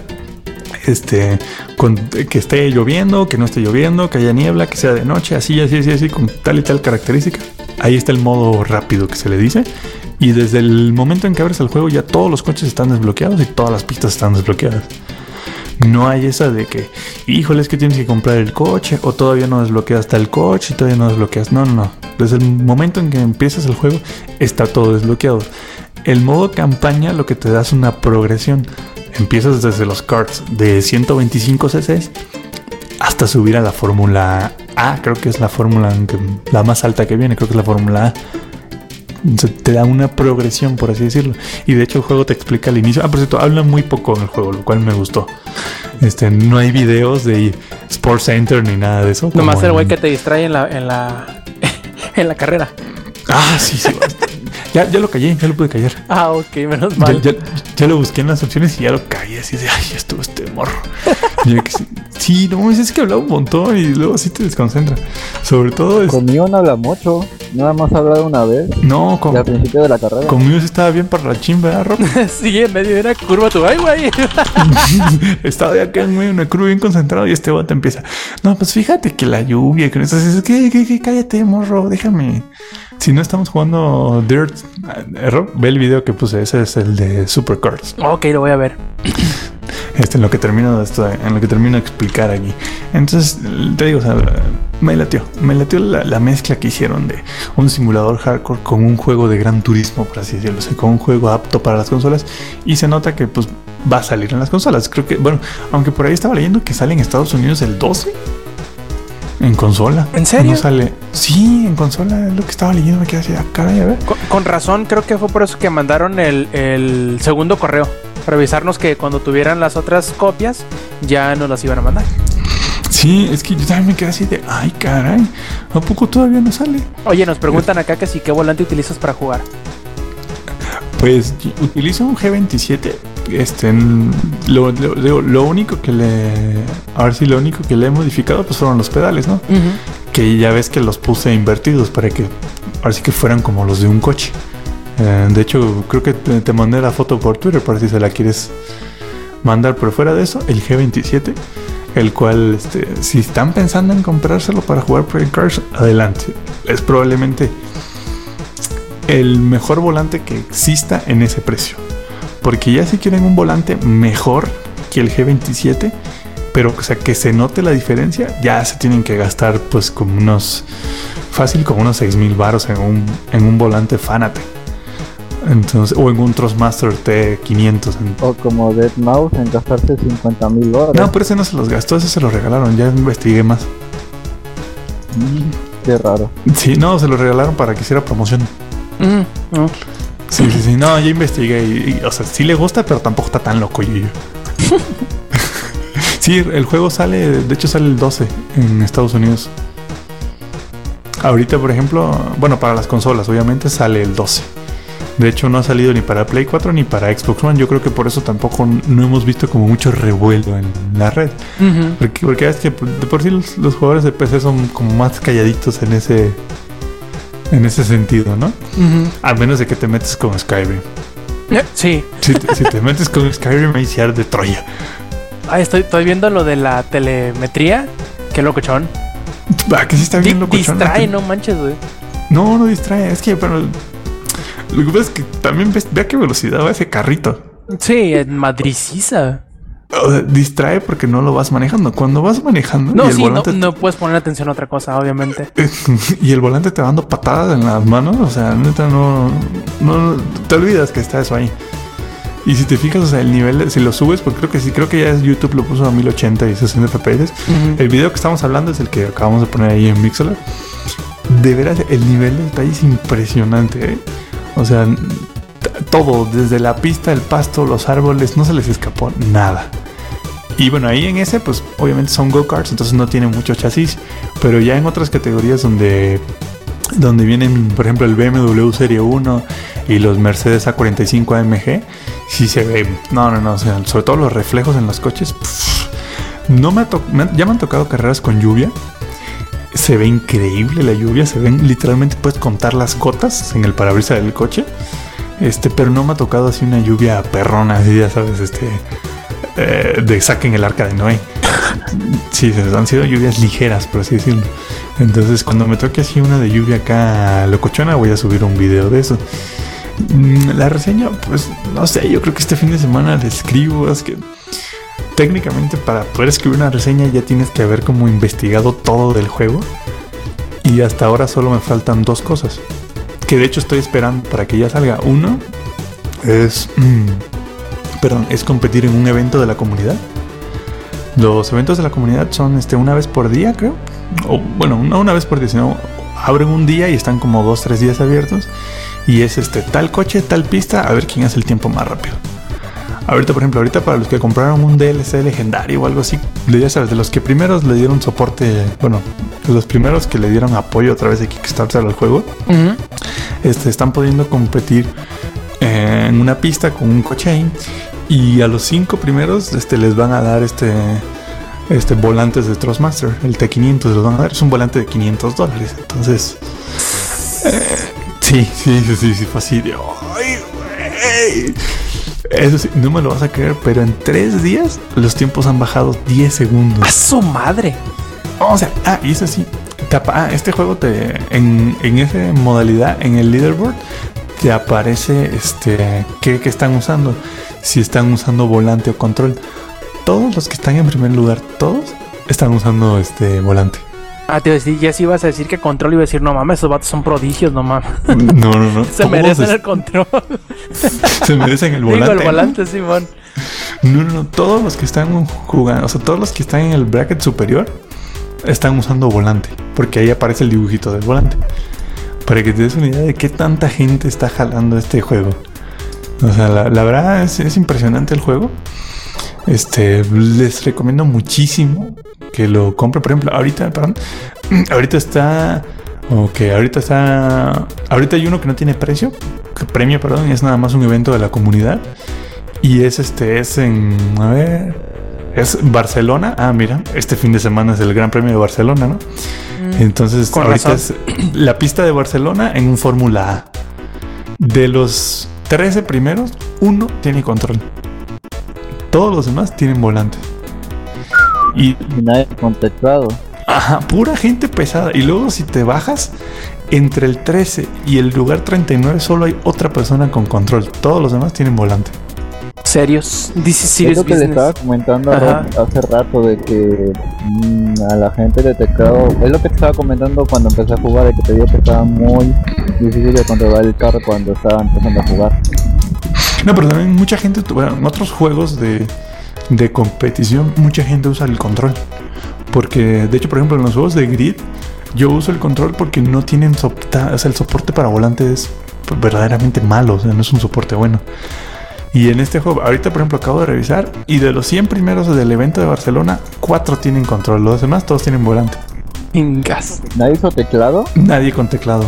que esté lloviendo, que no esté lloviendo, que haya niebla, que sea de noche, así, con tal y tal característica. Ahí está el modo rápido que se le dice. Y desde el momento en que abres el juego ya todos los coches están desbloqueados y todas las pistas están desbloqueadas. No hay esa de que, híjole, es que tienes que comprar el coche o todavía no desbloqueas tal coche y todavía no desbloqueas. No. Desde el momento en que empiezas el juego está todo desbloqueado. El modo campaña lo que te da es una progresión. Empiezas desde los karts de 125 cc hasta subir a la Fórmula A. Creo que es la fórmula la más alta que viene, creo que es la Fórmula A. Te da una progresión, por así decirlo. Y de hecho el juego te explica al inicio. Por cierto, habla muy poco en el juego, lo cual me gustó. No hay videos de Sports Center ni nada de eso. Nomás el güey que te distrae en la carrera. Ah, sí. Ya lo callé, ya lo pude callar. Ah, ok, menos mal. Ya lo busqué en las opciones y ya lo callé. Así de, ay, ya estuvo morro. Sí, no, es que hablaba un montón y luego sí te desconcentra. Sobre todo Conmigo no habla mucho. Nada más ha hablado una vez. No, al principio de la carrera. Conmigo sí estaba bien para la chimba, ¿verdad, Rob? Sí, en medio de una curva tú, ay, güey. Estaba de acá en medio de una curva bien concentrado y este bote empieza. No, pues fíjate que la lluvia, que es que cállate, morro, déjame. Si no estamos jugando Dirt, Rob, ve el video que puse, ese es el de Supercars. Ok, lo voy a ver. En lo que termino de explicar aquí. Entonces, te digo, o sea, me latió la mezcla que hicieron de un simulador hardcore con un juego de Gran Turismo, por así decirlo, o sea, con un juego apto para las consolas. Y se nota que pues va a salir en las consolas. Creo que, bueno, aunque por ahí estaba leyendo que sale en Estados Unidos el 12. En consola. ¿En serio? No sale. Sí, en consola es lo que estaba leyendo. Me quedé así, caray, a ver. Con razón, creo que fue por eso que mandaron el segundo correo. Para avisarnos que cuando tuvieran las otras copias, ya nos las iban a mandar. Sí, es que yo también me quedé así de, ay, caray, ¿a poco todavía no sale? Oye, nos preguntan acá que sí, ¿qué volante utilizas para jugar? Pues utilizo un G27. Lo único que lo único que le he modificado pues fueron los pedales, ¿no? Uh-huh. Que ya ves que los puse invertidos para que ahora sí que fueran como los de un coche. De hecho, creo que te mandé la foto por Twitter para si se la quieres mandar. Pero fuera de eso, el G27, el cual, si están pensando en comprárselo para jugar Project Cars, adelante. Es probablemente el mejor volante que exista en ese precio. Porque ya si quieren un volante mejor que el G27, pero o sea, que se note la diferencia, ya se tienen que gastar pues como unos fácil como unos 6,000 varos en un volante Fanatec. Entonces, o en un Trustmaster T500. O como Deadmau5 en gastarse $50,000. No, pero ese no se los gastó, ese se lo regalaron. Ya investigué más. Qué raro. Sí, no, se lo regalaron para que hiciera promoción. No. Sí. No, ya investigué y, o sea, sí le gusta, pero tampoco está tan loco. Sí, el juego sale, de hecho sale el 12 en Estados Unidos. Ahorita, por ejemplo, bueno, para las consolas, obviamente sale el 12. De hecho, no ha salido ni para Play 4 ni para Xbox One. Yo creo que por eso tampoco no hemos visto como mucho revuelo en la red. Porque es que de por sí los jugadores de PC son como más calladitos en ese sentido, ¿no? A menos de que te metes con Skyrim. Sí. Si te metes con Skyrim, ahí se arde Troya. Estoy viendo lo de la telemetría. Qué locochón. Que sí está bien locochón. Distrae, no manches, güey. No distrae. Es que, pero lo que pasa es que también ve a qué velocidad va ese carrito. Sí, en madriciza. O sea, distrae porque no lo vas manejando. Cuando vas manejando No, y el sí, volante no puedes poner atención a otra cosa, obviamente. y el volante te va dando patadas en las manos, o sea, neta no te olvidas que está eso ahí. Y si te fijas, o sea, el nivel, si lo subes, porque creo que ya YouTube lo puso a 1080 y 60 FPS. El video que estamos hablando es el que acabamos de poner ahí en Mixler. De veras, el nivel de detalle es impresionante, ¿eh? O sea, todo, desde la pista, el pasto, los árboles, no se les escapó nada. Y bueno, ahí en ese, pues obviamente son go-karts, entonces no tiene mucho chasis. Pero ya en otras categorías donde vienen, por ejemplo, el BMW Serie 1 y los Mercedes A45 AMG, sí se ve. No, o sea, sobre todo los reflejos en los coches. Ya me han tocado carreras con lluvia. Se ve increíble la lluvia, se ven literalmente, puedes contar las gotas en el parabrisas del coche. Pero no me ha tocado así una lluvia perrona, así ya sabes, de saquen el arca de Noé. Sí, han sido lluvias ligeras, por así decirlo. Entonces, cuando me toque así una de lluvia acá locochona, voy a subir un video de eso. La reseña, pues, no sé, yo creo que este fin de semana le escribo. Es que técnicamente para poder escribir una reseña ya tienes que haber como investigado todo del juego. Y hasta ahora solo me faltan dos cosas, que de hecho estoy esperando para que ya salga. Uno es competir en un evento de la comunidad. Los eventos de la comunidad son una vez por día, creo. O bueno, no una vez por día, sino abren un día y están como 2-3 días abiertos. Y es tal coche, tal pista, a ver quién hace el tiempo más rápido. Ahorita, por ejemplo, para los que compraron un DLC legendario o algo así, ya sabes, de los que primeros le dieron soporte, bueno, de los primeros que le dieron apoyo a través de Kickstarter al juego, están pudiendo competir en una pista con un coche ahí. Y a los 5 primeros les van a dar volantes de Trustmaster, el T500 les van a dar. Es un volante de $500. Entonces, sí, fue así de, ¡ay, güey! Eso sí, no me lo vas a creer, pero en 3 días los tiempos han bajado 10 segundos. ¡A su madre! O sea, y eso sí, este juego en esa modalidad, en el leaderboard, te aparece qué están usando. Si están usando volante o control. Todos los que están en primer lugar, todos están usando volante. Te iba a decir, ya si ibas a decir que control, iba a decir, no mames, esos vatos son prodigios, no mames. No. Se merecen el control. Se merecen el volante. Digo, el volante, Simón. No, todos los que están jugando, o sea, todos los que están en el bracket superior están usando volante, porque ahí aparece el dibujito del volante. Para que te des una idea de qué tanta gente está jalando este juego. O sea, la verdad es impresionante el juego. Les recomiendo muchísimo que lo compren. Por ejemplo, ahorita hay uno que no tiene premio, es nada más un evento de la comunidad. Y es Barcelona. Mira, este fin de semana es el Gran Premio de Barcelona, ¿no? Entonces, ahorita es la pista de Barcelona en un Fórmula A. De los 13 primeros, 1 tiene control. Todos los demás tienen volante. Y nadie con teclado. Ajá, pura gente pesada. Y luego si te bajas, entre el 13 y el lugar 39 solo hay otra persona con control. Todos los demás tienen volante. Serios. This is Es serious lo que le business. estaba comentando a Ajá. Rob hace rato de que a la gente de teclado, es lo que te estaba comentando cuando empecé a jugar, de que te digo que estaba muy difícil de controlar el carro cuando estaba empezando a jugar. No, pero también mucha gente, bueno, en otros juegos de competición, mucha gente usa el control. Porque, de hecho, por ejemplo, en los juegos de Grid, yo uso el control porque no tienen o sea, el soporte para volante es verdaderamente malo, o sea, no es un soporte bueno. Y en este juego, ahorita, por ejemplo, acabo de revisar, y de los 100 primeros del evento de Barcelona, 4 tienen control, los demás todos tienen volante. Ingas. ¿Nadie hizo teclado? Nadie con teclado.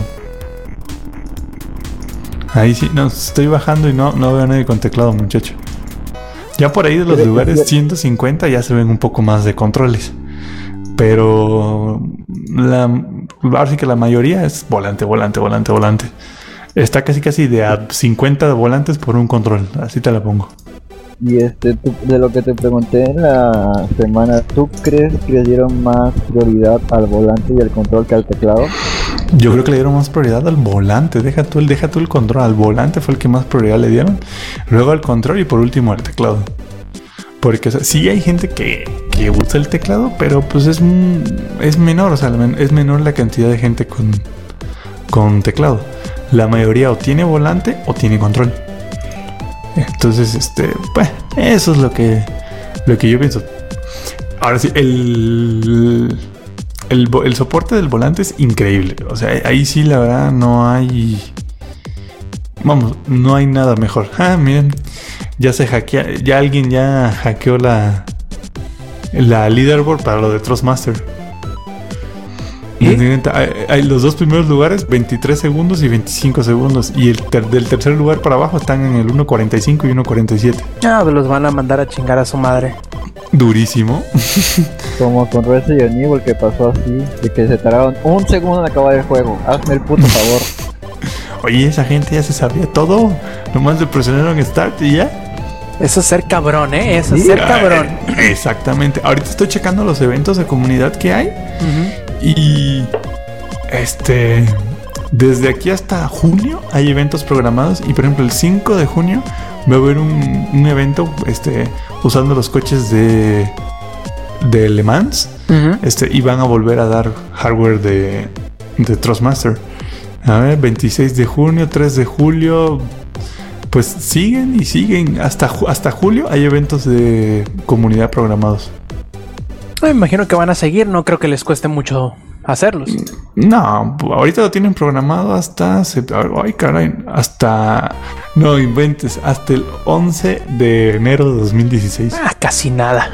Ahí sí, no, estoy bajando y no veo a nadie con teclado, muchacho. Ya por ahí de los lugares 150 ya se ven un poco más de controles. Pero ahora sí que la mayoría es volante. Está casi de a 50 volantes por un control, así te la pongo. Y de lo que te pregunté en la semana, ¿tú crees que le dieron más prioridad al volante y al control que al teclado? Yo creo que le dieron más prioridad al volante. Deja tú el control. Al volante fue el que más prioridad le dieron. Luego al control y por último al teclado. Porque, o sea, sí hay gente que usa el teclado, pero pues es menor. O sea, es menor la cantidad de gente con teclado. La mayoría o tiene volante o tiene control. Entonces, pues, eso es lo que yo pienso. Ahora sí, el soporte del volante es increíble. O sea, ahí sí la verdad no hay nada mejor. Miren, ya se hackea, ya alguien ya hackeó la leaderboard para lo de Thrustmaster. Hay los dos primeros lugares, 23 segundos y 25 segundos. Y del tercer lugar para abajo están en el 1.45 y 1.47. Pues los van a mandar a chingar a su madre. Durísimo. Como con Resident Evil, que pasó así, de que se tardaron un segundo en acabar el juego. Hazme el puto favor. Oye, esa gente ya se sabía todo. Nomás le presionaron Start y ya. Eso es ser cabrón, Eso es ser cabrón. Exactamente. Ahorita estoy checando los eventos de comunidad que hay. Y desde aquí hasta junio hay eventos programados. Y por ejemplo el 5 de junio va a haber un evento usando los coches de Le Mans. Y van a volver a dar hardware de Thrustmaster. A ver, 26 de junio, 3 de julio. Pues siguen y siguen. Hasta julio hay eventos de comunidad programados. Me imagino que van a seguir. No creo que les cueste mucho hacerlos. No, ahorita lo tienen programado hasta... Ay, caray. No inventes. Hasta el 11 de enero de 2016. Casi nada.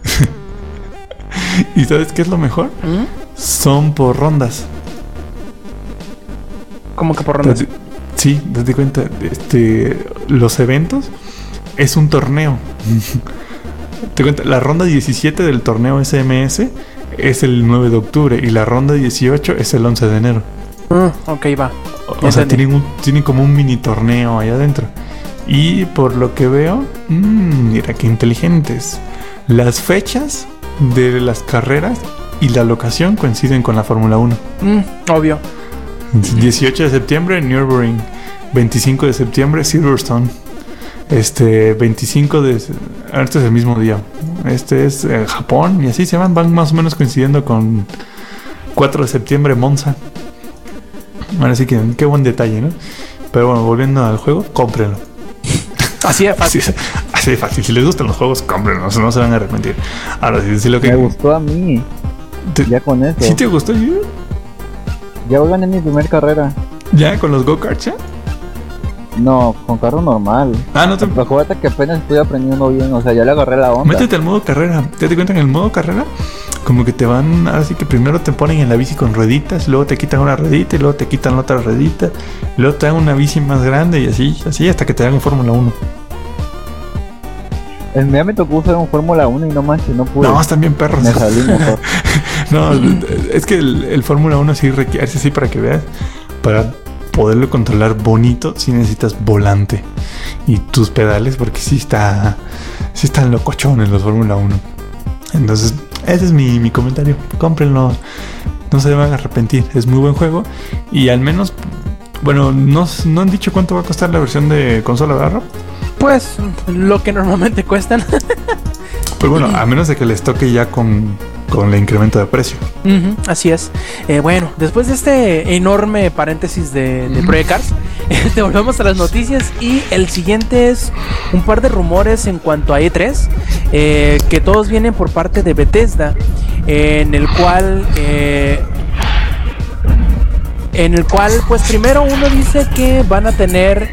¿Y sabes qué es lo mejor? Son por rondas. ¿Cómo que por rondas? Sí, date cuenta. Los eventos es un torneo. Te cuenta, la ronda 17 del torneo SMS es el 9 de octubre y la ronda 18 es el 11 de enero. Ok, va. O sea, tienen como un mini torneo ahí adentro. Y por lo que veo, mira qué inteligentes. Las fechas de las carreras y la locación coinciden con la Fórmula 1. Obvio. 18 de septiembre, Nürburgring. 25 de septiembre, Silverstone. 25 de... Este es el mismo día. Este es Japón y así se van más o menos coincidiendo con 4 de septiembre, Monza. Ahora sí que qué buen detalle, ¿no? Pero bueno, volviendo al juego, cómprenlo. Así de fácil. Así de fácil. Si les gustan los juegos, cómprenlo, no se van a arrepentir. Ahora sí, lo que... Me gustó a mí. Ya con eso. ¿Sí te gustó? Ya gané mi primer carrera. ¿Ya? ¿Con los go-karts ya? No, con carro normal. No te... Acuérdate que apenas estoy aprendiendo bien, o sea, ya le agarré la onda. Métete al modo carrera. ¿Te das cuenta? En el modo carrera, como que te van, así que primero te ponen en la bici con rueditas, luego te quitan una ruedita y luego te quitan la otra ruedita, luego te dan una bici más grande y así hasta que te dan en Fórmula 1. El día me tocó usar un Fórmula 1 y no manches, no pude. No, están bien perros. Me salí mejor. No, es que el Fórmula 1 sí requiere, sí, para que veas, para poderlo controlar bonito, sí necesitas volante y tus pedales, porque sí están locochones los Fórmula 1. Entonces, ese es mi comentario. Cómprenlo, no se van a arrepentir. Es muy buen juego y al menos, bueno, no han dicho cuánto va a costar la versión de consola, ¿verdad, Rob? Pues lo que normalmente cuestan. Pues bueno, a menos de que les toque ya con el incremento de precio. Así es. Bueno, después de este enorme paréntesis de Project Cars, volvemos a las noticias y el siguiente es un par de rumores en cuanto a E3, que todos vienen por parte de Bethesda, en el cual pues primero uno dice que van a tener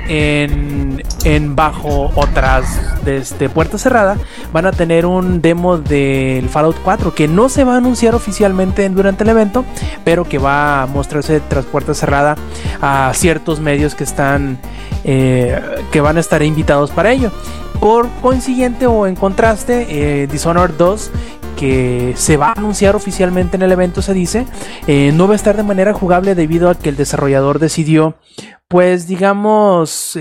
en bajo otras puerta cerrada, van a tener un demo del Fallout 4 que no se va a anunciar oficialmente durante el evento, pero que va a mostrarse tras puerta cerrada a ciertos medios que van a estar invitados para ello. Por consiguiente o en contraste, Dishonored 2, que se va a anunciar oficialmente en el evento, se dice, no va a estar de manera jugable debido a que el desarrollador decidió, pues digamos,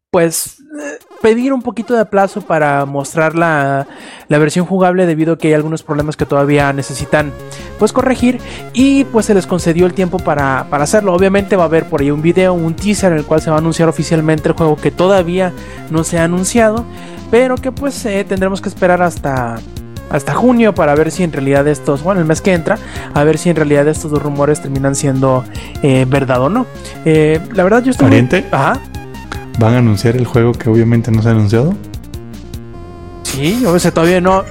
pedir un poquito de plazo para mostrar la versión jugable, debido a que hay algunos problemas que todavía necesitan pues corregir, y pues se les concedió el tiempo para hacerlo. Obviamente va a haber por ahí un video, un teaser en el cual se va a anunciar oficialmente el juego, que todavía no se ha anunciado, pero que pues tendremos que esperar hasta junio para ver si en realidad el mes que entra, a ver si en realidad estos dos rumores terminan siendo verdad o no. La verdad yo estoy... ¿Pariente? Ajá. ¿Van a anunciar el juego que obviamente no se ha anunciado? Sí, o sea, todavía no...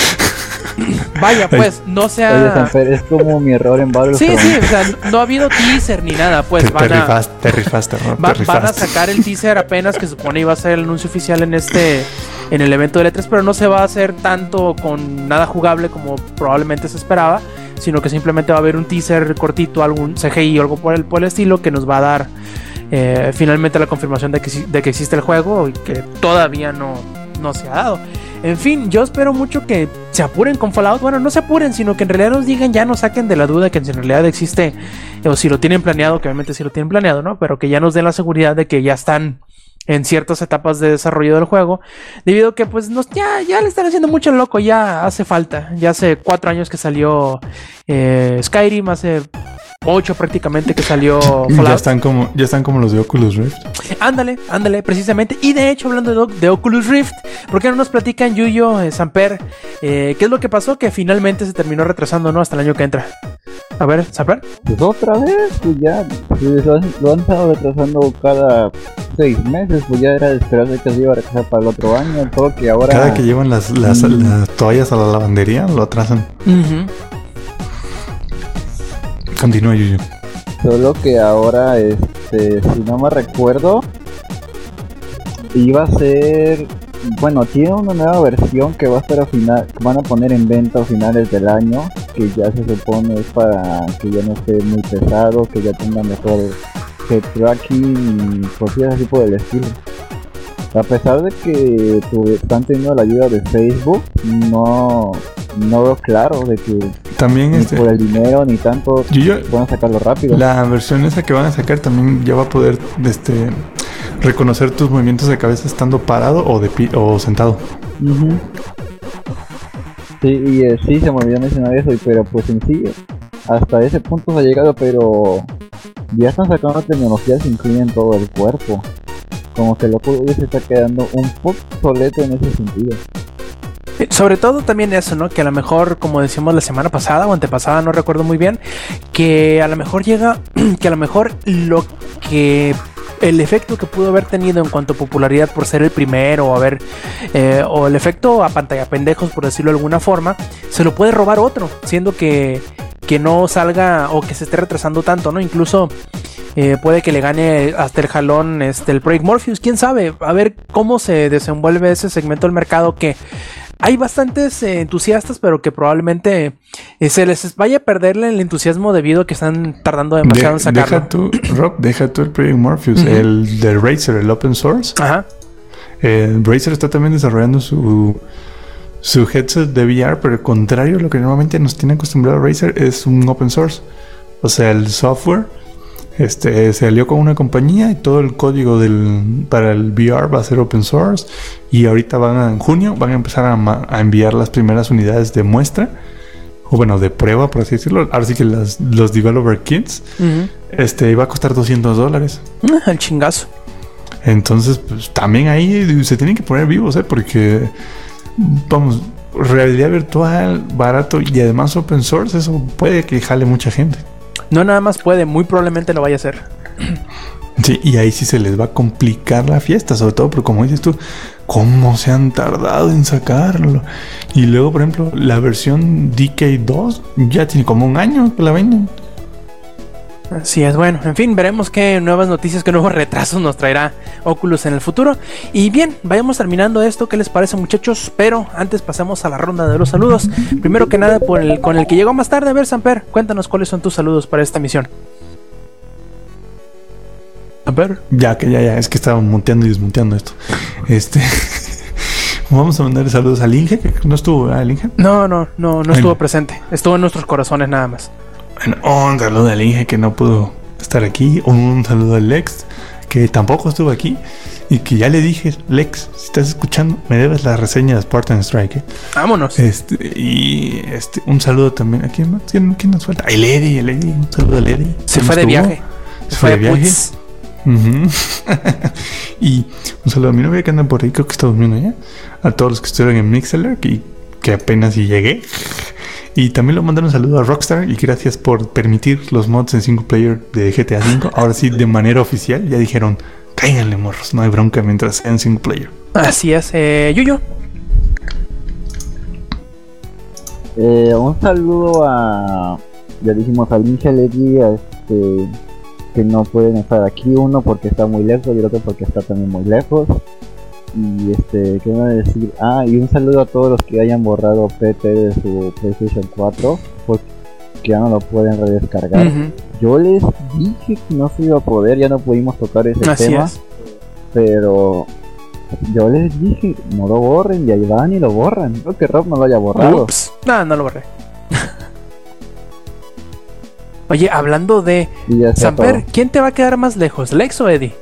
Vaya, pues, no se ha... Oye, Sanfer, es como mi error en Battlefront. Sí, o sea, no ha habido teaser ni nada, pues Te rifaste. Van a sacar el teaser apenas, que supone iba a ser el anuncio oficial en el evento de E3, pero no se va a hacer tanto con nada jugable como probablemente se esperaba, sino que simplemente va a haber un teaser cortito, algún CGI o algo por el estilo, que nos va a dar finalmente la confirmación de que existe el juego, y que todavía no se ha dado. En fin, yo espero mucho que se apuren con Fallout. Bueno, no se apuren, sino que en realidad nos digan, ya nos saquen de la duda que en realidad existe, o si lo tienen planeado, que obviamente sí lo tienen planeado, ¿no? Pero que ya nos den la seguridad de que ya están en ciertas etapas de desarrollo del juego, debido a que pues ya le están haciendo mucho loco, ya hace falta. Ya hace 4 años que salió Skyrim, hace 8 prácticamente que salió Fallout. Ya están como los de Oculus Rift. Ándale, precisamente. Y de hecho, hablando de Oculus Rift, ¿por qué no nos platican, Yuyo, Samper, qué es lo que pasó que finalmente se terminó retrasando, ¿no? Hasta el año que entra. A ver, Samper. Pues otra vez, pues ya lo han estado retrasando cada 6 meses, pues ya era de esperarse que se iba a retrasar para el otro año, todo que ahora... Cada que llevan las toallas a la lavandería, lo atrasan. Continúa, Yuyo. Solo que ahora, si no me recuerdo, iba a ser... Bueno, tiene una nueva versión que va a estar van a poner en venta a finales del año, que ya se supone es para que ya no esté muy pesado, que ya tenga mejor head tracking y cosillas así por el estilo. A pesar de que están teniendo la ayuda de Facebook, no veo claro de que también ni por el dinero ni tanto puedan sacarlo rápido. La versión esa que van a sacar también ya va a poder reconocer tus movimientos de cabeza estando parado o sentado. Sí, y sí se me olvidó mencionar eso, pero pues en sí hasta ese punto se ha llegado, pero ya están sacando tecnologías que incluyen todo el cuerpo. Como que el Oculus se está quedando un poco obsoleto en ese sentido. Sobre todo también eso, ¿no? Que a lo mejor, como decíamos la semana pasada o antepasada, no recuerdo muy bien, que a lo mejor el efecto que pudo haber tenido en cuanto a popularidad por ser el primero, o el efecto a pantalla pendejos, por decirlo de alguna forma, se lo puede robar otro, siendo que no salga o que se esté retrasando tanto, ¿no? Incluso puede que le gane hasta el jalón el Project Morpheus, quién sabe, a ver cómo se desenvuelve ese segmento del mercado, que hay bastantes entusiastas, pero que probablemente se les vaya a perderle el entusiasmo debido a que están tardando demasiado en sacarlo. Deja tú el Project Morpheus, el de Razer, el open source. Ajá. Razer está también desarrollando su headset de VR, pero al contrario, lo que normalmente nos tiene acostumbrado Razer es un open source. O sea, el software se alió con una compañía y todo el código para el VR va a ser open source, y ahorita en junio van a empezar a enviar las primeras unidades de muestra, o bueno, de prueba, por así decirlo. Ahora sí que los developer kits, y va a costar $200. El chingazo. Entonces, pues también ahí se tienen que poner vivos, porque, vamos, realidad virtual, barato y además open source, eso puede que jale mucha gente. No nada más puede, muy probablemente lo vaya a hacer. Sí, y ahí sí se les va a complicar la fiesta, sobre todo porque como dices tú, cómo se han tardado en sacarlo. Y luego, por ejemplo, la versión DK2 ya tiene como un año que la venden. Así es, bueno, en fin, veremos qué nuevas noticias, qué nuevos retrasos nos traerá Oculus en el futuro. Y bien, vayamos terminando esto, ¿qué les parece, muchachos? Pero antes pasamos a la ronda de los saludos. Primero que nada, con el que llegó más tarde, a ver, Samper, cuéntanos cuáles son tus saludos para esta misión. Samper. Ya, es que estaba monteando y desmonteando esto. Vamos a mandar saludos al Inge, que no estuvo, ¿el Inge? No estuvo presente, estuvo en nuestros corazones nada más. Bueno, un saludo al Inge que no pudo estar aquí. Un saludo al Lex que tampoco estuvo aquí. Y que ya le dije, Lex, si estás escuchando, me debes la reseña de Spartan Strike. Vámonos. Un saludo también. ¿A quién más? ¿Quién nos falta? El Eddie. Un saludo al Eddie. Se fue de viaje. Se fue de viaje. Y un saludo a mi novia que anda por ahí, creo que está durmiendo ya. A todos los que estuvieron en Mixler, que apenas llegué. Y también le mandaron un saludo a Rockstar y gracias por permitir los mods en single player de GTA V. Ahora sí, de manera oficial, ya dijeron, cáiganle morros, no hay bronca mientras sea en single player. Así es, Yuyo. Un saludo ya dijimos al Inge Lady, que no pueden estar aquí, uno porque está muy lejos y el otro porque está también muy lejos. Y ¿qué me voy a decir? Y un saludo a todos los que hayan borrado PT de su PlayStation 4 porque ya no lo pueden redescargar. Yo les dije que no se iba a poder, ya no pudimos tocar ese tema. Es. Pero yo les dije, no lo borren, y ahí van y lo borran. Creo que Rob no lo haya borrado. Ups, no lo borré. Oye, hablando de Samper, ¿quién te va a quedar más lejos, Lex o Eddie?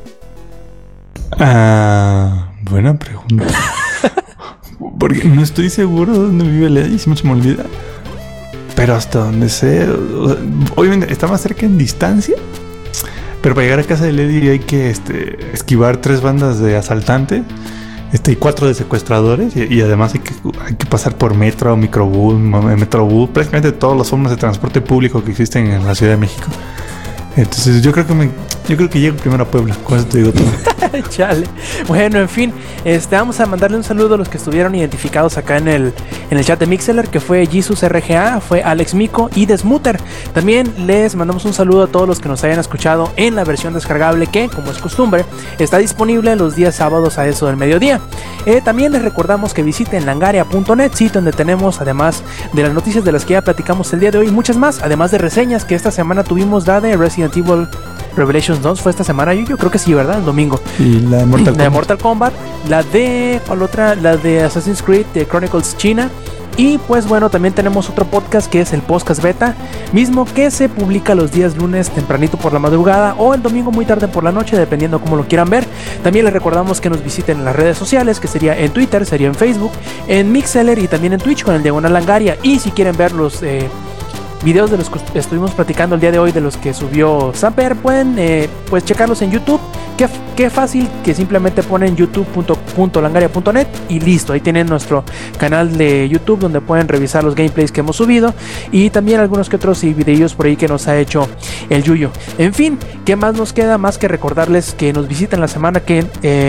Buena pregunta. Porque no estoy seguro de dónde vive el Eddie, si no se me olvida. Pero hasta donde sé, obviamente está más cerca en distancia. Pero para llegar a casa del Eddie hay que esquivar 3 bandas de asaltantes y 4 de secuestradores. Y además hay que pasar por metro, metrobús, prácticamente todas las formas de transporte público que existen en la Ciudad de México. Entonces yo creo que llego primero a Puebla, con eso te digo todo. Chale. Bueno, en fin, vamos a mandarle un saludo a los que estuvieron identificados acá en el chat de Mixler, que fue Jesus RGA, fue Alex Mico y Desmuter. También les mandamos un saludo a todos los que nos hayan escuchado en la versión descargable que, como es costumbre, está disponible los días sábados a eso del mediodía. También les recordamos que visiten langaria.net, sitio donde tenemos, además de las noticias de las que ya platicamos el día de hoy, muchas más, además de reseñas que esta semana tuvimos la de Resident Evil Revelations 2, fue esta semana, yo creo que sí, ¿verdad? El domingo. Y la de Mortal Kombat, la de, ¿cuál otra? La de Assassin's Creed de Chronicles China. Y pues bueno, también tenemos otro podcast que es el Podcast Beta, mismo que se publica los días lunes tempranito por la madrugada o el domingo muy tarde por la noche, dependiendo cómo lo quieran ver. También les recordamos que nos visiten en las redes sociales, que sería en Twitter, sería en Facebook, en Mixler y también en Twitch con el Diagonal Langaria. Y si quieren ver los videos de los que estuvimos platicando el día de hoy, de los que subió Samper, pueden pues checarlos en YouTube. Qué fácil, que simplemente ponen youtube.langaria.net y listo, ahí tienen nuestro canal de YouTube donde pueden revisar los gameplays que hemos subido y también algunos que otros videos por ahí que nos ha hecho el Yuyo. En fin, ¿qué más nos queda? Más que recordarles que nos visiten la semana que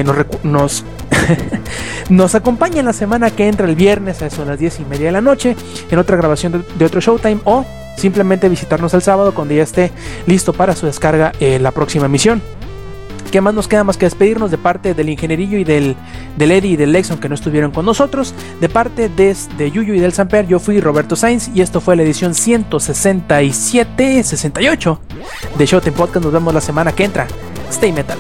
nos acompañan la semana que entra el viernes a eso a las 10:30 de la noche en otra grabación de otro Showtime, o simplemente visitarnos el sábado cuando ya esté listo para su descarga la próxima emisión. ¿Qué más nos queda más que despedirnos de parte del Ingenierillo y del Eddie y del Lexon, que no estuvieron con nosotros? De parte de Yuyo y del Samper, yo fui Roberto Sainz y esto fue la edición 168 de Showtime Podcast. Nos vemos la semana que entra. Stay metal.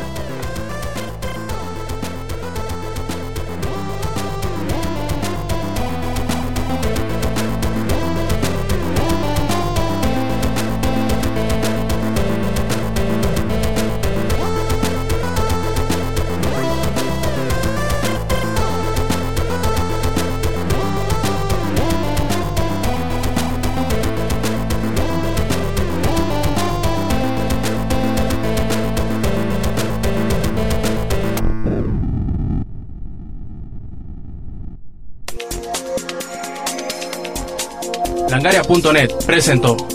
Langaria.net presentó.